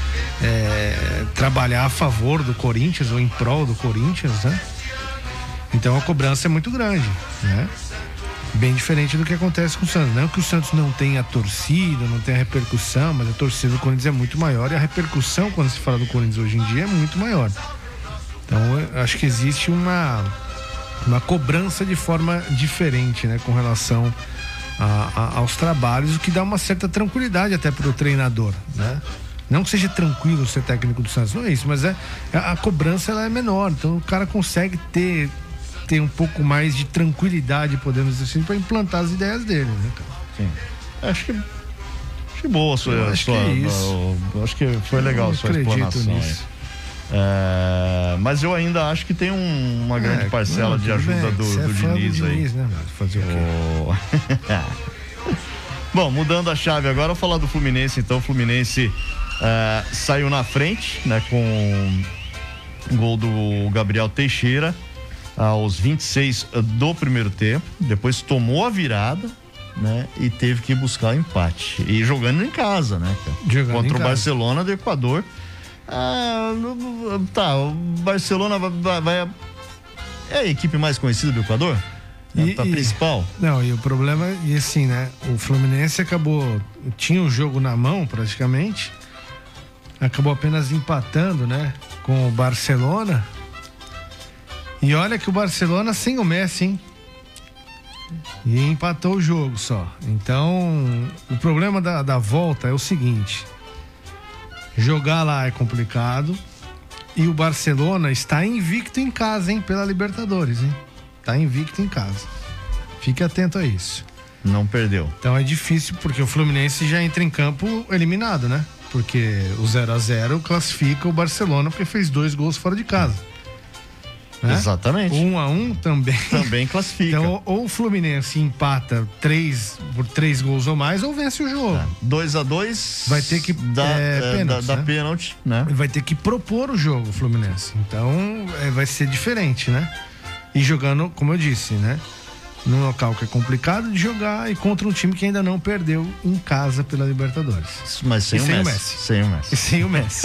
é, trabalhar a favor do Corinthians ou em prol do Corinthians, né? Então a cobrança é muito grande, né? Bem diferente do que acontece com o Santos. Não que o Santos não tenha torcida, não tenha repercussão, mas a torcida do Corinthians é muito maior e a repercussão, quando se fala do Corinthians hoje em dia, é muito maior. Então, eu acho que existe uma, uma cobrança de forma diferente, né, com relação a, a, aos trabalhos, o que dá uma certa tranquilidade até para o treinador, né? Não que seja tranquilo ser técnico do Santos, não é isso, mas é, a, a cobrança ela é menor, então o cara consegue ter ter um pouco mais de tranquilidade, podemos dizer assim, para implantar as ideias dele, né, cara? Sim. Acho que acho que boa a sua, eu acho sua, que é isso. Eu, acho que foi legal eu a sua acredito explanação. Nisso. É, mas eu ainda acho que tem um, uma grande é, parcela não, de ajuda bem, do, você do é fã Diniz do aí. Diniz, né, mano? Fazer o quê? Bom, mudando a chave agora, vou falar do Fluminense. Então, o Fluminense é, saiu na frente, né, com o gol do Gabriel Teixeira aos vinte e seis do primeiro tempo, depois tomou a virada, né, e teve que buscar o empate, e jogando em casa, né, cara? Jogando contra em o casa. Barcelona do Equador. Ah, tá, o Barcelona vai, vai é a equipe mais conhecida do Equador? E, a, a e, principal? Não, e o problema, e assim, né, o Fluminense acabou, tinha o jogo na mão praticamente, acabou apenas empatando, né, com o Barcelona. E olha que o Barcelona sem o Messi, hein? E empatou o jogo só. Então, o problema da, da volta é o seguinte: jogar lá é complicado. E o Barcelona está invicto em casa, hein? Pela Libertadores, hein? Está invicto em casa. Fique atento a isso. Não perdeu. Então é difícil, porque o Fluminense já entra em campo eliminado, né? Porque o zero a zero classifica o Barcelona, porque fez dois gols fora de casa. Né? Exatamente. Um a um também. Também classifica. Então, ou o Fluminense empata três, por três gols ou mais, ou vence o jogo. dois a dois vai ter que dá, é, é, pênalti, dá, né? dá pênalti, né? Vai ter que propor o jogo, o Fluminense. Então, é, vai ser diferente, né? E jogando, como eu disse, né? Num local que é complicado de jogar e contra um time que ainda não perdeu em casa pela Libertadores. Mas sem, e o, sem Messi. o Messi. Sem o Messi. E sem o Messi.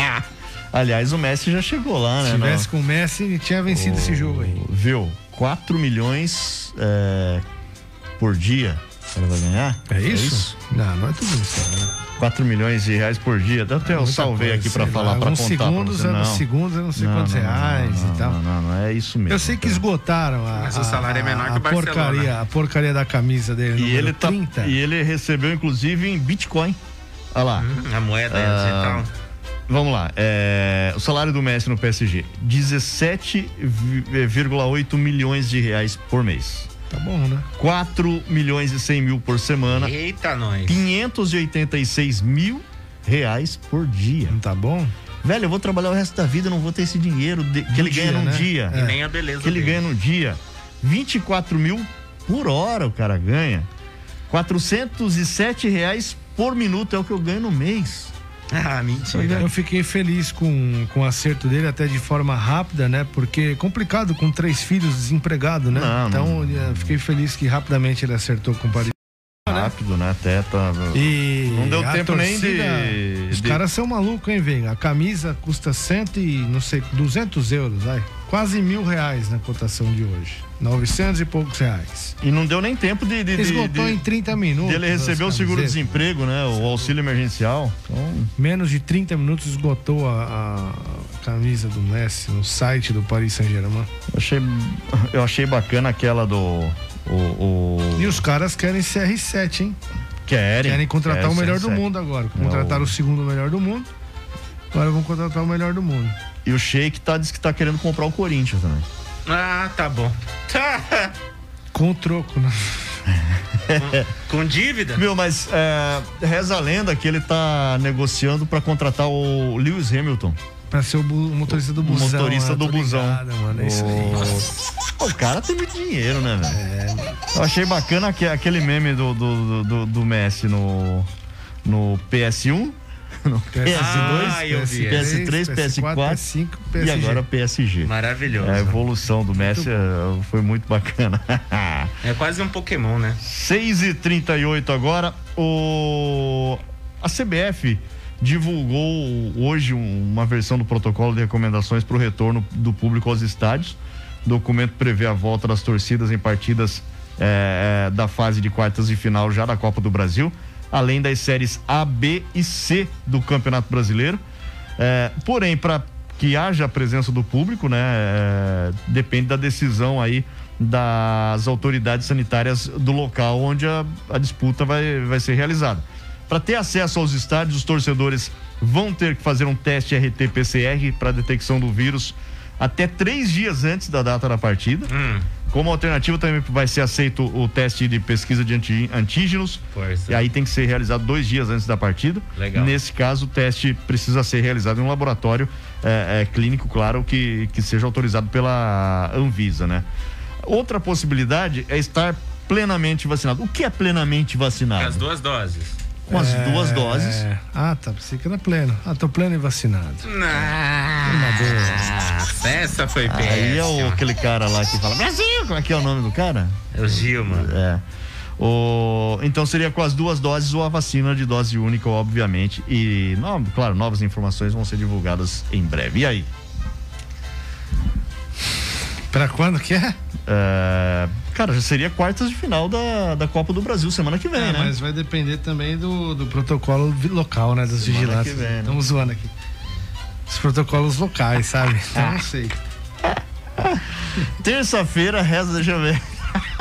Aliás, o Messi já chegou lá, né? Se tivesse no... com o Messi, ele tinha vencido o... esse jogo aí. Viu? quatro milhões é, por dia ela vai ganhar? É isso? É isso? Não, não é tudo isso, né? quatro milhões de reais por dia. Até eu salvei aqui pra falar, pra Alguns contar segundos, pra você. Não. segundos, eu não sei Não, quantos não, não, reais não, não, e tal. Não, não, não, é isso mesmo. Eu sei que esgotaram a, Mas o salário a, é menor a, que o Barcelona. porcaria, a porcaria da camisa dele. E ele, tá, trinta. e ele recebeu, inclusive, em Bitcoin. Olha lá. Hum, a moeda Ah, digital. Vamos lá. É, o salário do Messi no P S G: dezessete vírgula oito milhões de reais por mês. Tá bom, né? quatro milhões e cem mil por semana. Eita, nós. quinhentos e oitenta e seis mil reais por dia. Não tá bom? Velho, eu vou trabalhar o resto da vida, não vou ter esse dinheiro de, que ele dia, ganha num né? dia. E nem a beleza Que ele dele. ganha num dia. vinte e quatro mil por hora o cara ganha. quatrocentos e sete reais por minuto é o que eu ganho no mês. Ah, mentira. Eu fiquei feliz com, com o acerto dele, até de forma rápida, né? Porque é complicado com três filhos desempregados, né? Não, então, não. eu fiquei feliz que rapidamente ele acertou com o Paris. Rápido, né? Até tá... E não deu a tempo nem torcida, de... Os de... caras são malucos, hein, Veiga? A camisa custa cento e, não sei, duzentos euros, vai. Quase mil reais na cotação de hoje. novecentos e poucos reais. E não deu nem tempo de... de Esgotou de, em trinta minutos. Ele recebeu o seguro-desemprego, né? O auxílio emergencial. Então... Menos de trinta minutos esgotou a, a camisa do Messi no site do Paris Saint-Germain. Eu achei, eu achei bacana aquela do... O, o... E os caras querem C R sete, hein? Querem. Querem contratar querem o melhor C R do sete. mundo agora. Não. Contrataram o segundo melhor do mundo. Agora vão contratar o melhor do mundo. E o Sheik tá, diz que tá querendo comprar o Corinthians também. Ah, tá bom. Com o troco, né? com, com dívida? Meu, mas é, reza a lenda que ele tá negociando pra contratar o Lewis Hamilton. Pra ser o, bu- o motorista do O busão. motorista né? do Tô busão. ligado, mano, é isso aí. O... o cara tem muito dinheiro, né, velho? É. Eu achei bacana aque- aquele meme do, do, do, do Messi no, no P S um, no P S dois, Ah, eu vi. P S três, P S quatro, P S cinco, e P S G. agora P S G. Maravilhoso. A evolução do Messi é, foi muito bacana. É quase um Pokémon, né? seis e trinta e oito agora. O... A C B F divulgou hoje um- uma versão do protocolo de recomendações para o retorno do público aos estádios. O documento prevê a volta das torcidas em partidas eh, da fase de quartas de final já da Copa do Brasil, além das séries A, B e C do Campeonato Brasileiro. Eh, porém, para que haja a presença do público, né, eh, depende da decisão aí das autoridades sanitárias do local onde a, a disputa vai, vai ser realizada. Para ter acesso aos estádios, os torcedores vão ter que fazer um teste R T P C R para detecção do vírus até três dias antes da data da partida. Hum. Como alternativa também vai ser aceito o teste de pesquisa de anti- antígenos. Força. E aí tem que ser realizado dois dias antes da partida. Legal. Nesse caso, o teste precisa ser realizado em um laboratório é, é, clínico, claro, que, que seja autorizado pela Anvisa, né? Outra possibilidade é estar plenamente vacinado. O que é plenamente vacinado? As duas doses. Com as É... duas doses. Ah, tá. Pensei que era pleno. Ah, tô pleno e vacinado. Nossa, essa foi péssima. Aí é o, aquele cara lá que fala Brasil, como é que é o nome do cara? É o Gilma. É. O, então seria com as duas doses ou a vacina de dose única, obviamente. E, não, claro, novas informações vão ser divulgadas em breve. E aí? Pra quando que é? É, cara, já seria quartas de final da, da Copa do Brasil semana que vem, É, né? mas vai depender também do, do protocolo vi- local, né? Dos Semana vigilantes. que vem, né? Estamos zoando aqui. Os protocolos locais, sabe? Então não sei. Terça-feira, reza, deixa eu ver.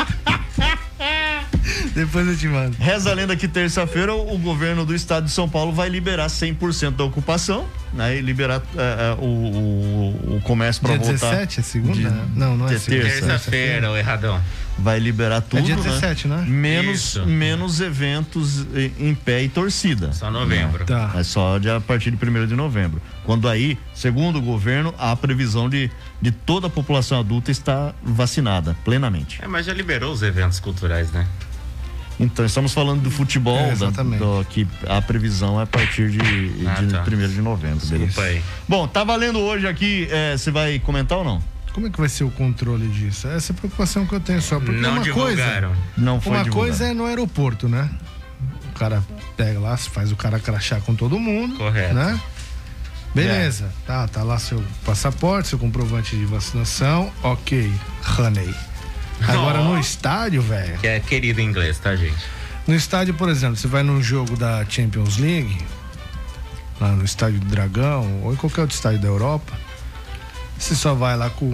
Depois eu te mando. Reza a lenda que terça-feira o governo do estado de São Paulo vai liberar cem por cento da ocupação, né? E liberar uh, uh, o, o, o comércio para voltar. dezessete, é segunda? De, não, não é segunda. Terça-feira, o erradão. Vai liberar tudo, é dia dezessete, né? né? Menos, menos eventos em pé e torcida. Só novembro. Tá. É só de, a partir de primeiro de novembro. Quando aí, segundo o governo, há a previsão de, de toda a população adulta estar vacinada plenamente. É, mas já liberou os eventos culturais, né? Então, estamos falando do futebol, é, exatamente. Da, do, que a previsão é a partir de, ah, de tá. primeiro de novembro. Desculpa aí. Bom, tá valendo hoje aqui, você é, vai comentar ou não? Como é que vai ser o controle disso? Essa é a preocupação que eu tenho só. Porque não uma divulgaram. coisa, não foi uma divulgado. coisa é no aeroporto, né? O cara pega lá, faz o cara crachar com todo mundo. Correto. Né? Beleza. É. Tá, tá lá seu passaporte, seu comprovante de vacinação. Ok, honey. Agora oh. no estádio, velho. Que é querido em inglês, tá, gente? No estádio, por exemplo, você vai num jogo da Champions League, lá no estádio do Dragão, ou em qualquer outro estádio da Europa, você só vai lá com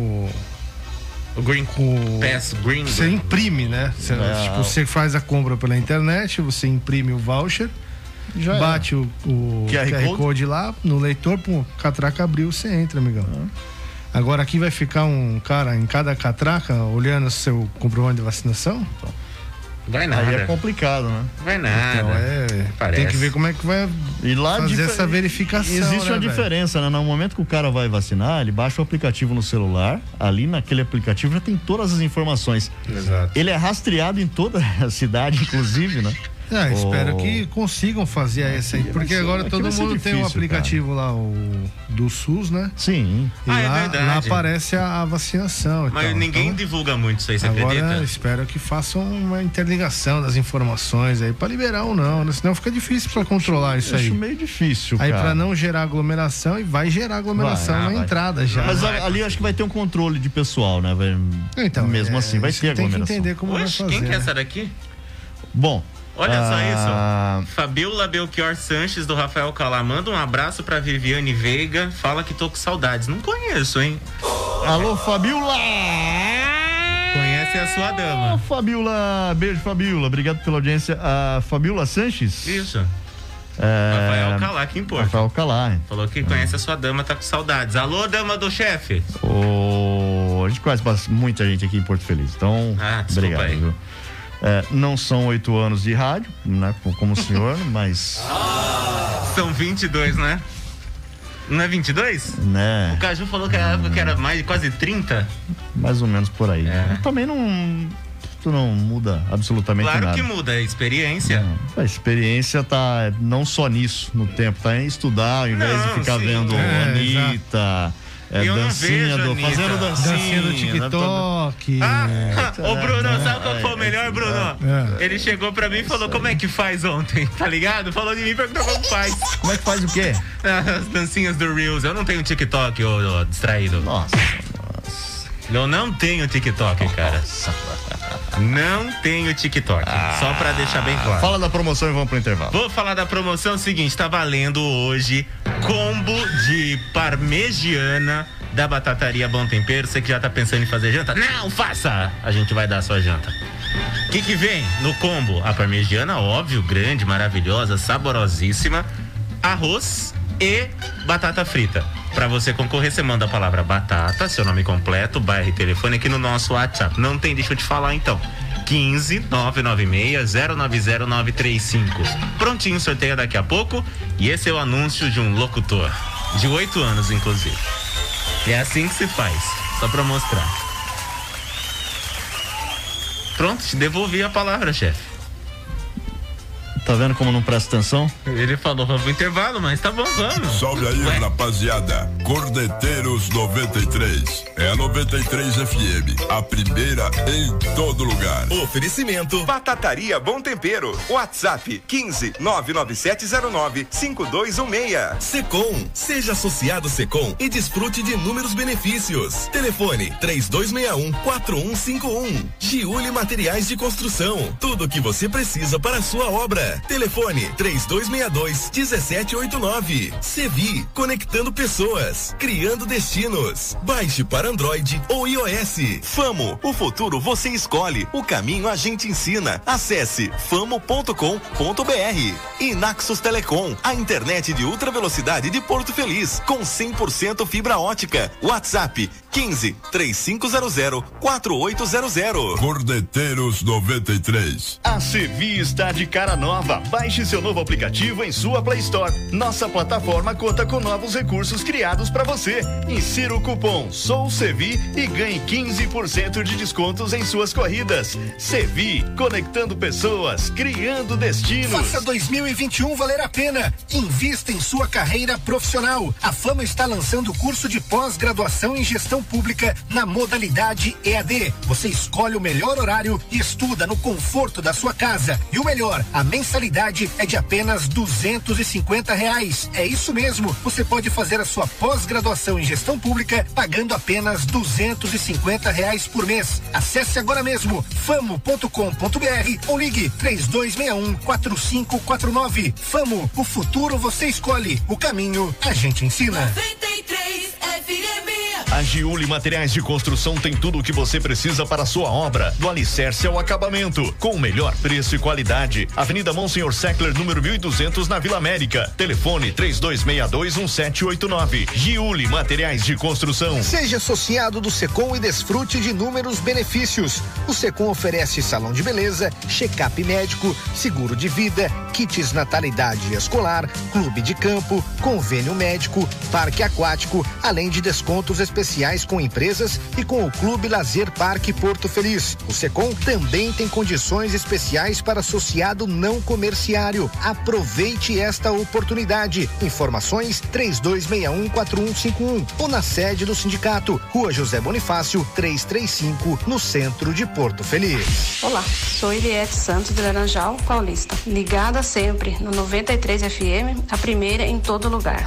o Green com Pass Green. Você imprime, né? Você, é. tipo, você faz a compra pela internet, você imprime o voucher, já bate é. o, o Q R, Q R Code? Code lá no leitor, pum, catraca abriu, você entra, amigão. É. Agora aqui vai ficar um cara em cada catraca olhando o seu comprovante de vacinação? Vai nada. Aí é complicado, né? Vai nada. Então é, Parece. Tem que ver como é que vai e lá fazer dif... essa verificação. Existe né, uma véio? diferença, né? No momento que o cara vai vacinar, ele baixa o aplicativo no celular, ali naquele aplicativo já tem todas as informações. Exato. Ele é rastreado em toda a cidade, inclusive, né? É, oh. Espero que consigam fazer essa aí, porque agora todo mundo tem um aplicativo cara. lá, o do SUS, né? Sim. E ah, lá, é verdade. lá aparece a, a vacinação. Mas então, ninguém então, divulga muito isso aí, você agora, acredita? Espero que façam uma interligação das informações aí, pra liberar ou não, né? Senão fica difícil pra controlar isso aí. Acho meio difícil, aí cara. pra não gerar aglomeração, e vai gerar aglomeração vai, ah, na vai. entrada já. Mas vai. ali eu acho que vai ter um controle de pessoal, né? Vai, então, mesmo é, assim, vai ter aglomeração. Tem que entender como Oxe, vai fazer. Quem que é né? essa daqui? Bom, olha ah... só isso. Fabiola Belchior Sanches, do Rafael Calá. Manda um abraço pra Viviane Veiga. Fala que tô com saudades. Não conheço, hein? Alô, Fabiola! Conhece a sua dama. Oh, Fabiola, beijo, Fabiola. Obrigado pela audiência. A Fabiola Sanches? Isso. É... Rafael Calá, que importa. Rafael Calá. Falou que conhece é. a sua dama, tá com saudades. Alô, dama do chefe. Oh, a gente conhece muita gente aqui em Porto Feliz. Então, ah, obrigado. Aí. Viu? É, não são oito anos de rádio, né? Como o senhor, mas. São vinte e dois, né? Não é vinte e dois? Né? O Caju falou que, era, que era mais de quase trinta. Mais ou menos por aí. É. Também não. Isso não muda absolutamente claro nada. Claro que muda, a experiência. Não, a experiência tá não só nisso, no tempo, tá em estudar, ao invés não, de ficar sim. vendo é, Anitta. Exato. É, eu dancinha não vejo, do, fazendo dancinha, dancinha do TikTok. Ah, é. Ô Bruno, sabe qual foi o melhor, Bruno? É. Ele chegou pra mim e falou como é que faz ontem, tá ligado? Falou de mim e perguntou como faz. Como é que faz o quê? As dancinhas do Reels. Eu não tenho TikTok, ô, ô distraído. Nossa, nossa. Eu não tenho TikTok, cara. Nossa. Não tenho TikTok. Ah, só pra deixar bem claro. Fala da promoção e vamos pro intervalo. Vou falar da promoção seguinte, tá valendo hoje combo de parmegiana da Batataria Bom Tempero. Você que já tá pensando em fazer janta? Não, faça! A gente vai dar a sua janta. O que que vem no combo? A parmegiana, óbvio, grande, maravilhosa, saborosíssima, arroz e batata frita. Pra você concorrer, você manda a palavra batata, seu nome completo, bairro e telefone aqui no nosso WhatsApp. Não tem, deixa eu te falar então. quinze, nove nove seis, zero nove zero nove três cinco. Prontinho, sorteio daqui a pouco. E esse é o anúncio de um locutor. De oito anos, inclusive. É assim que se faz. Só pra mostrar. Pronto, te devolvi a palavra, chefe. Tá vendo como não presta atenção? Ele falou, vamos pro intervalo, mas tá bom, vamos. Salve aí, Ué? rapaziada. Cordeteiros noventa e três. É a noventa e três F M. A primeira em todo lugar. Oferecimento. Batataria Bom Tempero. WhatsApp quinze, nove nove sete zero nove, cinco dois um seis. Secom. Seja associado Secom e desfrute de inúmeros benefícios. Telefone três dois seis um, quatro um cinco um. Giuli Materiais de Construção. Tudo o que você precisa para a sua obra. Vida. Telefone três dois seis dois, um sete oito nove. Sevi, conectando pessoas, criando destinos. Baixe para Android ou iOS. Famo, o futuro você escolhe, o caminho a gente ensina. Acesse famo ponto com ponto br. E Naxos Telecom, a internet de ultra velocidade de Porto Feliz, com cem por cento fibra ótica. WhatsApp quinze, três cinco zero zero, quatro oito zero zero. Cordeteiros noventa e três. A Sevi está de cara nova. Baixe seu novo aplicativo em sua Play Store. Nossa plataforma conta com novos recursos criados para você. Insira o cupom Sou Sevi e ganhe quinze por cento de descontos em suas corridas. Sevi, conectando pessoas, criando destinos. Faça dois mil e vinte e um valer a pena. Invista em sua carreira profissional. A Fama está lançando o curso de pós-graduação em gestão pública na modalidade E A D. Você escolhe o melhor horário e estuda no conforto da sua casa. E o melhor, a mensalidade é de apenas duzentos e cinquenta reais. É isso mesmo. Você pode fazer a sua pós-graduação em gestão pública pagando apenas duzentos e cinquenta reais por mês. Acesse agora mesmo famo ponto com ponto br ou ligue três dois seis um, quatro cinco quatro nove. Famo, o futuro você escolhe. O caminho a gente ensina. noventa e três F M. A Giuli Materiais de Construção tem tudo o que você precisa para a sua obra, do alicerce ao acabamento, com o melhor preço e qualidade. Avenida Monsenhor Seckler, número mil e duzentos, na Vila América. Telefone três dois seis dois, um sete oito nove. Giuli Materiais de Construção. Seja associado do Secom e desfrute de inúmeros benefícios. O Secom oferece salão de beleza, check-up médico, seguro de vida, kits natalidade escolar, clube de campo, convênio médico, parque aquático, além de descontos especiais com empresas e com o Clube Lazer Parque Porto Feliz. O Secom também tem condições especiais para associado não comerciário. Aproveite esta oportunidade. Informações três dois seis um, quatro um cinco um ou na sede do sindicato, Rua José Bonifácio, trezentos e trinta e cinco, no centro de Porto Feliz. Olá, sou Eliette Santos de Laranjal, Paulista. Ligada sempre no noventa e três F M, a primeira em todo lugar.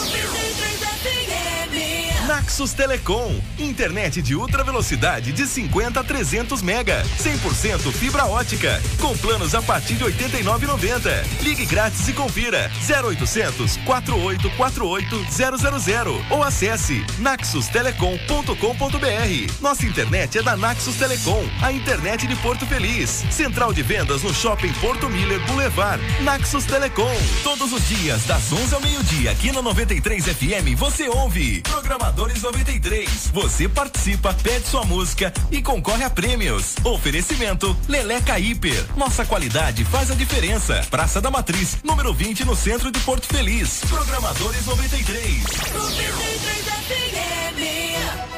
Naxos Telecom, internet de ultra velocidade de cinquenta a trezentos mega, cem por cento fibra ótica, com planos a partir de oitenta e nove reais e noventa centavos. Ligue grátis e confira zero oitocentos, quatro oito quatro oito, zero zero zero ou acesse naxos telecom ponto com ponto br. Nossa internet é da Naxos Telecom, a internet de Porto Feliz. Central de vendas no Shopping Porto Miller Boulevard. Naxos Telecom. Todos os dias, das onze ao meio-dia, aqui no noventa e três F M, você ouve Programadores noventa e três. Você participa, pede sua música e concorre a prêmios. Oferecimento Leleca Hiper. Nossa qualidade faz a diferença. Praça da Matriz, número vinte, no centro de Porto Feliz. Programadores noventa e três. noventa e três F M.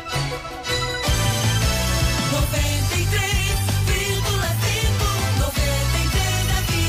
noventa e três vírgula cinco. noventa e três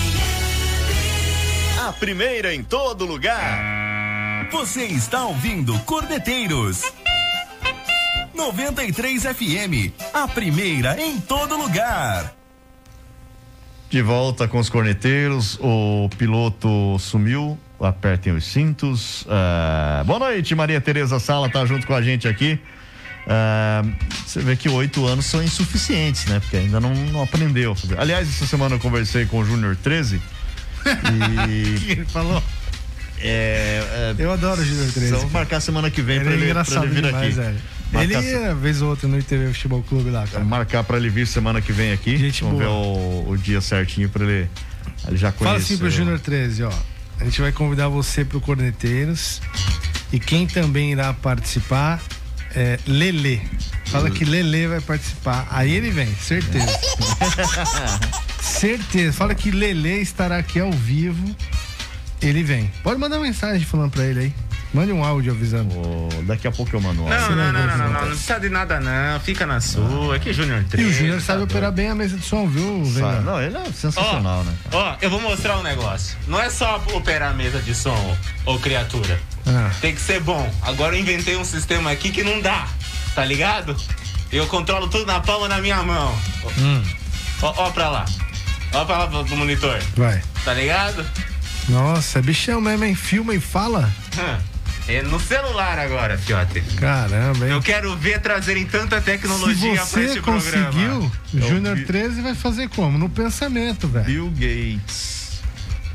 F M. A primeira em todo lugar. Você está ouvindo Cordeteiros noventa e três F M, a primeira em todo lugar. De volta com os corneteiros, o piloto sumiu, apertem os cintos. Uh, boa noite, Maria Tereza Sala tá junto com a gente aqui. Uh, você vê que oito anos são insuficientes, né? Porque ainda não, não aprendeu. Aliás, essa semana eu conversei com o Júnior treze e... O que ele falou? É, é, eu adoro o Júnior treze. Vamos marcar semana que vem ele pra, é ele, engraçado pra ele vir demais, aqui. É. Marcar Ele ia, vez ou outra, no I T V Futebol Clube lá, cara. Vamos marcar pra ele vir semana que vem aqui. Gente Vamos boa. ver o, o dia certinho pra ele, ele já conhecer. Fala assim pro Júnior treze, ó. A gente vai convidar você pro Corneteiros e quem também irá participar é Lelê. Fala que Lelê vai participar. Aí ele vem, certeza. Certeza. Fala que Lelê estará aqui ao vivo. Ele vem. Pode mandar uma mensagem falando pra ele aí. Mande um áudio avisando. Oh, daqui a pouco eu mando um áudio. Não, não, não, não, não, não, não precisa de nada não, fica na sua, aqui Júnior treze. E o Júnior sabe operar bem a mesa de som, viu? Sabe. Não, ele é sensacional, ó, né? Ó, eu vou mostrar um negócio. Não é só operar a mesa de som, ô criatura. Ah. Tem que ser bom. Agora eu inventei um sistema aqui que não dá, tá ligado? Eu controlo tudo na palma da minha mão. Hum. Ó, ó pra lá. Ó pra lá pro, pro monitor. Vai. Tá ligado? Nossa, é bichão mesmo, hein? Filma e fala. Hum. É no celular agora, fiote. Caramba, hein? Eu quero ver trazerem tanta tecnologia Se pra esse você conseguiu, programa. o Júnior treze vai fazer como? No pensamento, velho. Bill Gates.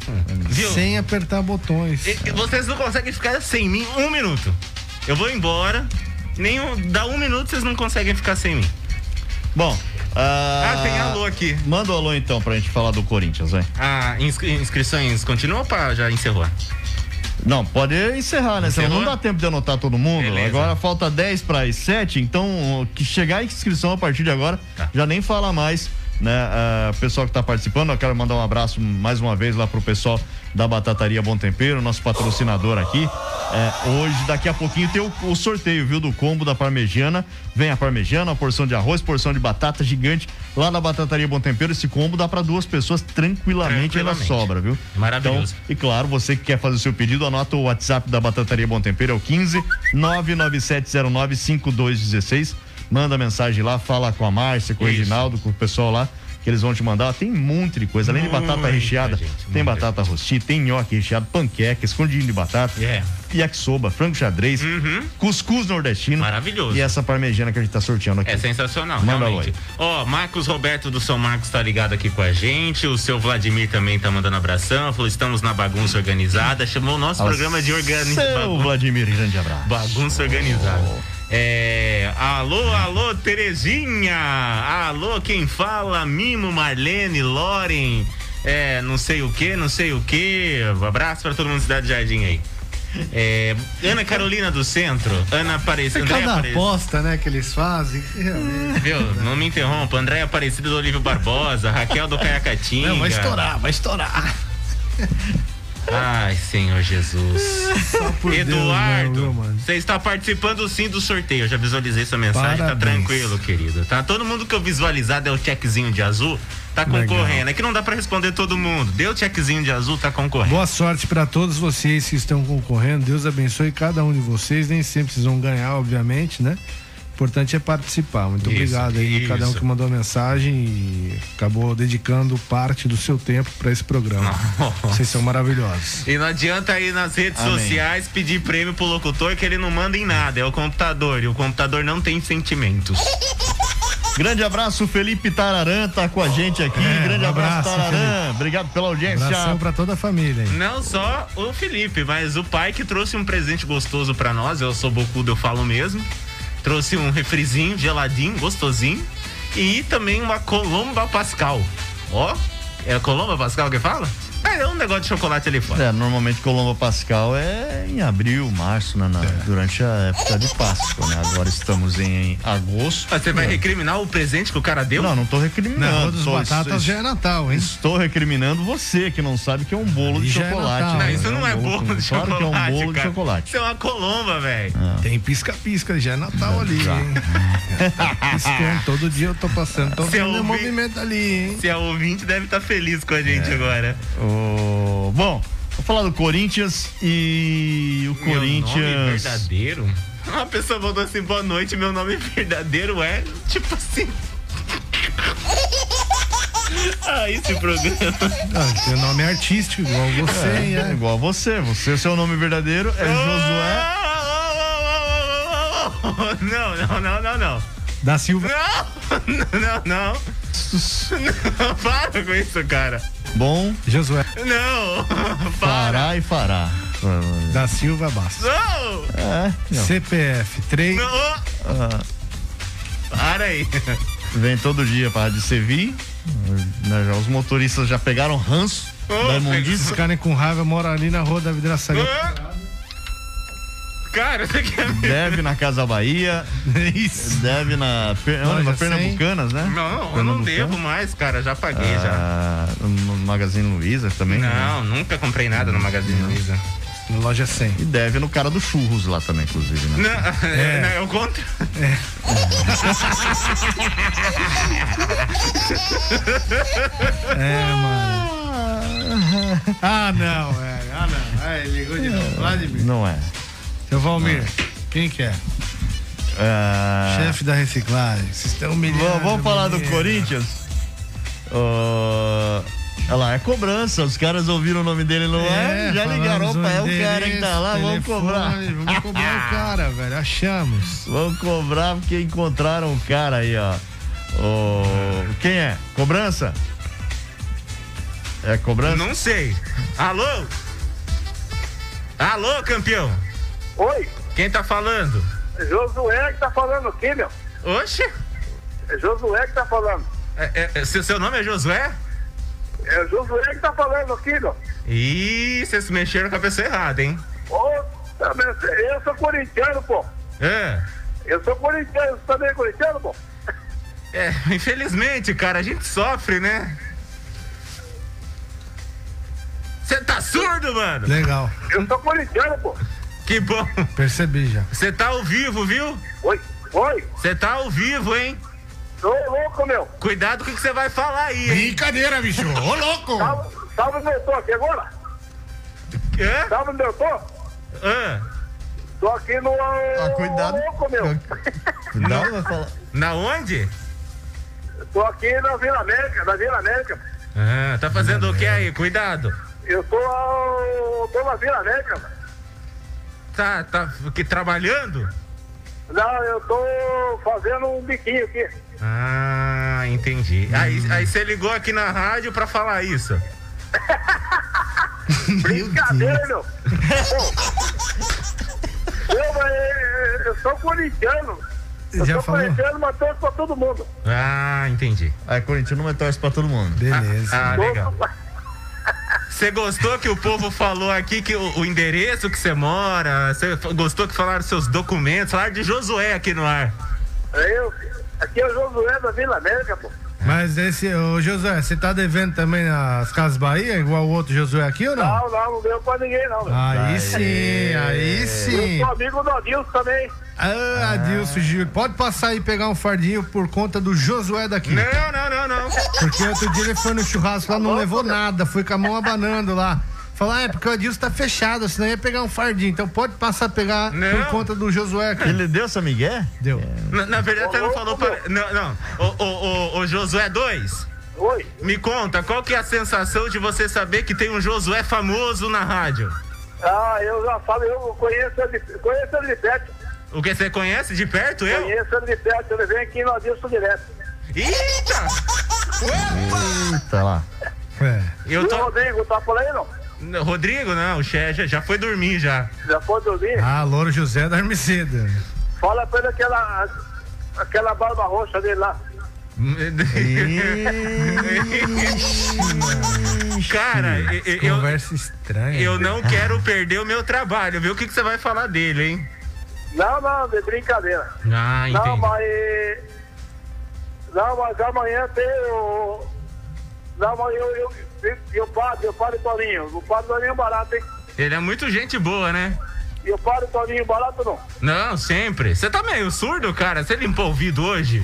Viu? Sem apertar botões. E, e vocês não conseguem ficar sem mim um minuto. Eu vou embora, nem um, dá um minuto vocês não conseguem ficar sem mim. Bom, ah, ah tem alô aqui. Manda o alô então pra gente falar do Corinthians, vai. Ah, inscri- inscrições continuam ou pá, já encerrou? Não, pode encerrar, né? Senão não dá tempo de anotar todo mundo. Beleza. Agora falta dez para as sete, então que chegar a inscrição a partir de agora, tá. Já nem fala mais, né? O uh, pessoal que tá participando, eu quero mandar um abraço mais uma vez lá pro pessoal da Batataria Bom Tempero, nosso patrocinador aqui. É, hoje, daqui a pouquinho, tem o, o sorteio, viu, do combo da parmegiana. Vem a parmegiana, uma porção de arroz, porção de batata gigante. Lá na Batataria Bom Tempero, esse combo dá para duas pessoas tranquilamente, tranquilamente. Ainda sobra, viu? Maravilhoso. Então, e claro, você que quer fazer o seu pedido, anota o WhatsApp da Batataria Bom Tempero, é o quinze nove nove sete zero nove cinco dois um seis. Manda mensagem lá, fala com a Márcia, com o Reginaldo, com o pessoal lá, que eles vão te mandar. Tem um monte de coisa. Além de batata muita recheada, gente, tem batata rostida, tem nhoque recheado, panqueca, escondidinho de batata, yeah. Yakisoba, frango xadrez, uhum. Cuscuz nordestino. Maravilhoso. E essa parmegiana que a gente tá sorteando aqui. É sensacional, manda realmente. Ó, Marcos Roberto do São Marcos tá ligado aqui com a gente. O seu Vladimir também tá mandando abração. Falou, estamos na bagunça organizada. Chamou o nosso Ao programa de organização. Seu Vladimir, grande abraço. Bagunça organizada. Oh. É, alô, alô, Terezinha. Alô, quem fala? Mimo, Marlene, Loren. É, não sei o que, não sei o que. Abraço pra todo mundo da Cidade Jardim aí. É, Ana Carolina do Centro, Ana Aparecida. É cada aposta, né, que eles fazem. Viu? Não me interrompa. André Aparecida do Olívio Barbosa, Raquel do Caiacatinga. Não, vai estourar, vai estourar. Ai, Senhor Jesus. Eduardo, você está participando sim do sorteio. Eu já visualizei essa mensagem. Parabéns. Tá tranquilo, querido. Tá todo mundo que eu visualizar deu o checkzinho de azul, tá concorrendo. Legal. É que não dá pra responder todo mundo. Deu o checkzinho de azul, tá concorrendo. Boa sorte pra todos vocês que estão concorrendo. Deus abençoe cada um de vocês. Nem sempre vocês vão ganhar, obviamente, né? O importante é participar. Muito isso, obrigado aí a cada um que mandou a mensagem e acabou dedicando parte do seu tempo para esse programa. Vocês são maravilhosos. E não adianta aí nas redes Amém. sociais pedir prêmio pro locutor que ele não manda em nada, é o computador, e o computador não tem sentimentos. Grande abraço, Felipe Tararã tá com a gente aqui. É, Grande um abraço, abraço Tararã. Felipe. Obrigado pela audiência. Abração pra toda a família. Hein? Não só o Felipe, mas o pai que trouxe um presente gostoso pra nós. Eu sou bocudo, eu falo mesmo. Trouxe um refrizinho geladinho, gostosinho. E também uma Colomba Pascal. Ó, é a Colomba Pascal que fala? É, é um negócio de chocolate ali fora. É, normalmente Colomba Pascal é em abril, março, né, na, é. durante a época de Páscoa, né? Agora estamos em, em agosto. Mas você vai recriminar o presente que o cara deu? Não, não tô recriminando. Não, dos batatas já é Natal, hein? Estou recriminando você, que não sabe que é um bolo de chocolate. É Natal, né? Não, isso não é, é bolo, bolo de claro chocolate, que é um bolo cara. de chocolate. Isso é uma Colomba, velho. Ah. Tem pisca-pisca, já é Natal ali, já. hein? Piscando, todo dia eu tô passando, tô vendo o movimento ali, hein? Se é ouvinte, deve estar tá feliz com a gente é. agora. Oh, bom, vou falar do Corinthians e o meu Corinthians. Meu nome verdadeiro? Uma pessoa mandou assim, boa noite, meu nome verdadeiro é, tipo assim... Ah, esse programa. Ah, seu nome é artístico, igual você, é, é. Igual você. Você, seu nome verdadeiro é Josué. Não, não, não, não, não. Da Silva. Não, não, não. Não, para com isso, cara. Bom, Josué. Não, fará e fará. Da Silva Bastos. Não! É, não. C P F três. Não. Ah. Para aí. Vem todo dia para de Sevi. Os motoristas já pegaram ranço oh, da imundícia. Esses caras com raiva moram ali na rua da Vidraçaria. Oh. Cara, você quer ver? Deve na Casa Bahia. Isso. Deve na, per... Não, na Pernambucanas, né? Não, eu não devo mais, cara. Já paguei, ah, já. No Magazine Luiza também? Não, né? Nunca comprei nada no Magazine Luiza. Na loja cem. E deve no cara do churros lá também, inclusive, né? Não, é, não, eu conto. É. É, mano. Ah, não, velho. Ah, não. Aí, ligou de novo. Vladimir. Não é. Seu Valmir, não. Quem que é? Uh... Chefe da reciclagem. Vocês estão humilhando. Vamos falar do Corinthians? Uh... Olha lá, é cobrança. Os caras ouviram o nome dele, não é? é? Já ligaram, opa, é o cara que tá lá, telefone, vamos cobrar. Vamos cobrar o cara, velho. Achamos. Vamos cobrar porque encontraram o cara aí, ó. O... Quem é? Cobrança? É cobrança? Não sei. Alô? Alô, campeão? Oi? Quem tá falando? É Josué que tá falando aqui, meu. Oxe? É Josué que tá falando. É, é, seu, seu nome é Josué? É Josué que tá falando aqui, meu. Ih, vocês se mexeram com a pessoa errada, hein? Ô, eu sou corintiano, pô. É. Eu sou corintiano, você também é corintiano, pô? É, infelizmente, cara, a gente sofre, né? Você tá surdo, mano? Legal. Eu sou corintiano, pô. Que bom. Percebi já. Você tá ao vivo, viu? Oi, oi. Você tá ao vivo, hein? Ô, louco, meu. Cuidado com o que você vai falar aí, hein? Brincadeira, bicho. Ô, louco. Salve, salve onde eu tô aqui agora? Hã? Sabe onde eu tô? Hã? Tô aqui no... Ah, cuidado. Ô, louco, meu. Cuidado, vai falar. Na onde? Tô aqui na Vila América, na Vila América. Ah, tá fazendo o que aí? Cuidado. Eu tô, tô na Vila América, mano. Tá, tá que, trabalhando? Não, eu tô fazendo um biquinho aqui. Ah, entendi. Aí, aí você ligou aqui na rádio pra falar isso. Brincadeira, meu. Eu, mas, eu sou corintiano. Eu Já sou falou? corintiano, mas torço pra todo mundo. Ah, entendi. Aí, Corinthians não é torce pra todo mundo. Beleza. Ah, legal. Você gostou que o povo falou aqui que o, o endereço que você mora? Você gostou que falaram seus documentos? Falaram de Josué aqui no ar. Eu, aqui é o Josué da Vila América, pô. Mas esse, ô Josué, você tá devendo também nas Casas Bahia, igual o outro Josué aqui ou não? Não, não, não deu pra ninguém, não. Meu. Aí sim, aí sim. Eu sou amigo do Adilson também. Ah, Adilson, Gil, pode passar aí e pegar um fardinho por conta do Josué daqui. Não, não, não, não. Porque outro dia ele foi no churrasco lá, não levou nada, foi com a mão abanando lá. Falou, ah, é porque o Adilson tá fechado, senão ia pegar um fardinho. Então pode passar a pegar Não. por conta do Josué aqui. Ele deu essa migué? Deu. Na, na verdade, você não falou para... Não, não. O, o, o, o Josué dois? Oi. Me conta, qual que é a sensação de você saber que tem um Josué famoso na rádio? Ah, eu já falo, eu conheço ele, conheço ele de perto. O que, você conhece de perto, eu? Conheço ele de perto, ele vem aqui no Adilson direto. Eita! Eita lá. É. Eu E o tô... Rodrigo, tá por aí, não? Rodrigo, não, o Che já, já foi dormir já. Já pode dormir? Ah, Louro José da Armicida. Fala pra ele aquela, aquela barba roxa dele lá. Cara, eu, Conversa estranha. eu não quero perder o meu trabalho, viu? O que, que você vai falar dele, hein? Não, não, de brincadeira. Ah, Não, entendi. mas... Não, mas amanhã tem o... Não, mas eu... eu, eu, eu paro, eu paro o Toninho. O padre Toninho é barato, hein? Ele é muito gente boa, né? E eu paro o Toninho barato, não? Não, sempre. Você tá meio surdo, cara? Você limpou o ouvido hoje?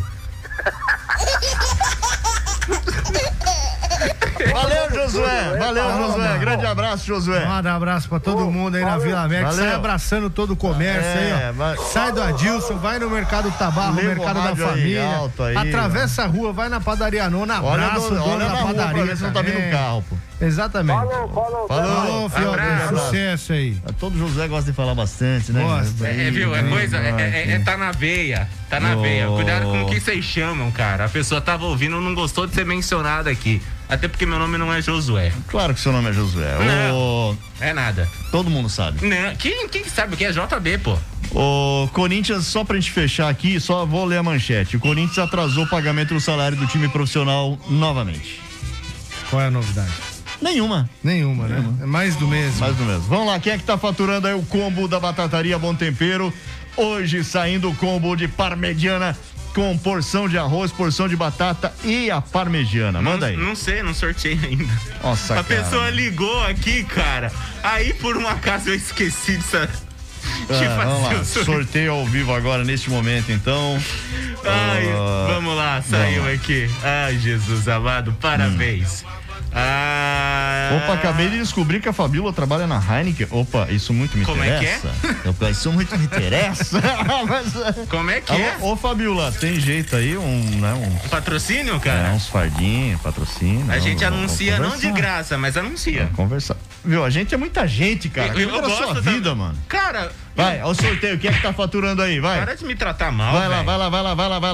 Valeu, Josué. Valeu, Josué. Grande abraço, Josué. Manda um abraço pra todo mundo aí na Vila América. Valeu. Sai abraçando todo o comércio É, aí, ó. vai- Sai do Adilson, vai no Mercado Tabarro, Leva o Mercado da rádio aí, Família. alto aí, atravessa a rua, vai na padaria Nona, Olha, abraça no, o dono olha da na rua pra padaria. ver se não tá também. vindo carro, pô. Exatamente. Falou, falou. Falou. Falou, Fiodor. Abraço. Sucesso aí. Todo Josué gosta de falar bastante, né? Gosta. É, viu? É coisa. É, é- é- tá na veia. Tá na Oh. veia. Cuidado com o que vocês chamam, cara. A pessoa tava ouvindo, não gostou de ser mencionada aqui. Até porque meu nome não é Josué. Claro que seu nome é Josué. Não. O... É nada. Todo mundo sabe. Não, quem, quem sabe o que é J B, pô? O Corinthians, só pra gente fechar aqui, só vou ler a manchete. O Corinthians atrasou o pagamento do salário do time profissional novamente. Qual é a novidade? Nenhuma. Nenhuma, né? É mais do mesmo. Mais do mesmo. Vamos lá, quem é que tá faturando aí o combo da Batataria Bom Tempero? Hoje saindo o combo de parmegiana com porção de arroz, porção de batata e a parmegiana. Manda aí. Não, não sei, não sorteei ainda. Nossa, A cara. pessoa ligou aqui, cara. Aí por um acaso eu esqueci de, sa- de Ah, vamos lá, fazer o sorteio. sorteio ao vivo agora neste momento, então. Ai, Ah, vamos lá, saiu vamos lá. aqui. Ai, Jesus amado, parabéns. Ah, Opa, acabei de descobrir que a Fabíola trabalha na Heineken. Opa, isso muito me Como é que interessa. Opa, isso muito me interessa. Mas, Como é que Alô, é? Ô, Fabíola, tem jeito aí, um, né, um, Patrocínio, é, cara? uns fardinhos, patrocínio. A gente vamos- anuncia vamos não de conversar. graça, mas anuncia. Vamos conversar. Viu, a gente é muita gente, cara. Eu- eu Cuida da sua gosto vida, também. mano. Cara, Vai, ó o sorteio, quem é que tá faturando aí? Vai. para de me tratar mal, Vai lá, velho. vai lá, vai lá, vai lá, vai lá.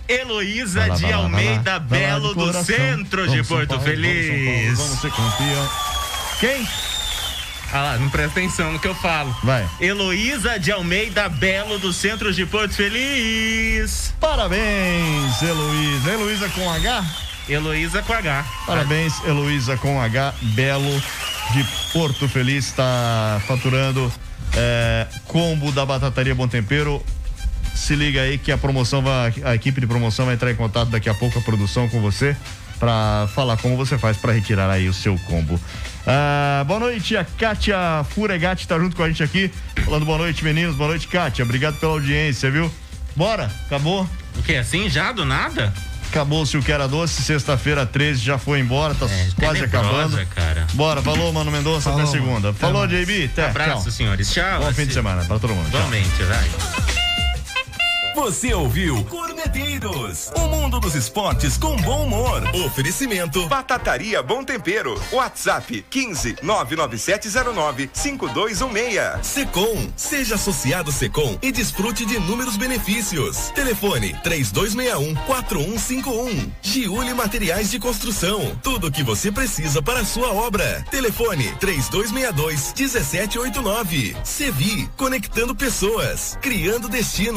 Heloísa Vai lá, de vai lá, Almeida vai lá, Belo de do coração. centro Vamos, de São Porto Paulo, Feliz. Vamos, São Paulo, vamos ser campeão. Quem? Ah lá, não presta atenção no que eu falo. Vai. Heloísa de Almeida Belo do centro de Porto Feliz. Parabéns, Heloísa. Heloísa com H? Heloísa com H. Parabéns, Heloísa com H. Belo de Porto Feliz está faturando é, combo da Batataria Bom Tempero. Se liga aí que a promoção vai, a equipe de promoção vai entrar em contato daqui a pouco, a produção com você, para falar como você faz para retirar aí o seu combo. Ah, boa noite, a Kátia Furegatti tá junto com a gente aqui, falando boa noite, meninos, boa noite, Kátia, obrigado pela audiência, viu? Bora, acabou? O que, assim já, do nada? Acabou-se o que era doce, sexta-feira treze já foi embora, tá É, quase tenebrosa, acabando. cara. Bora, falou, Mano Mendonça, até Falou, segunda. mano. Falou, Até J B, até. Abraço, tchau. senhores. Tchau. Bom fim de semana pra todo mundo. Tchau. Igualmente, vai. Você ouviu Corneteiros, o mundo dos esportes com bom humor. Oferecimento Batataria Bom Tempero. WhatsApp quinze nove nove sete zero nove cinco dois um seis. Secom, seja associado Secom e desfrute de inúmeros benefícios. Telefone três dois seis um quatro um cinco um. Giuli Materiais de Construção, tudo o que você precisa para a sua obra. Telefone três dois seis dois um sete oito nove. Sevi, conectando pessoas, criando destino.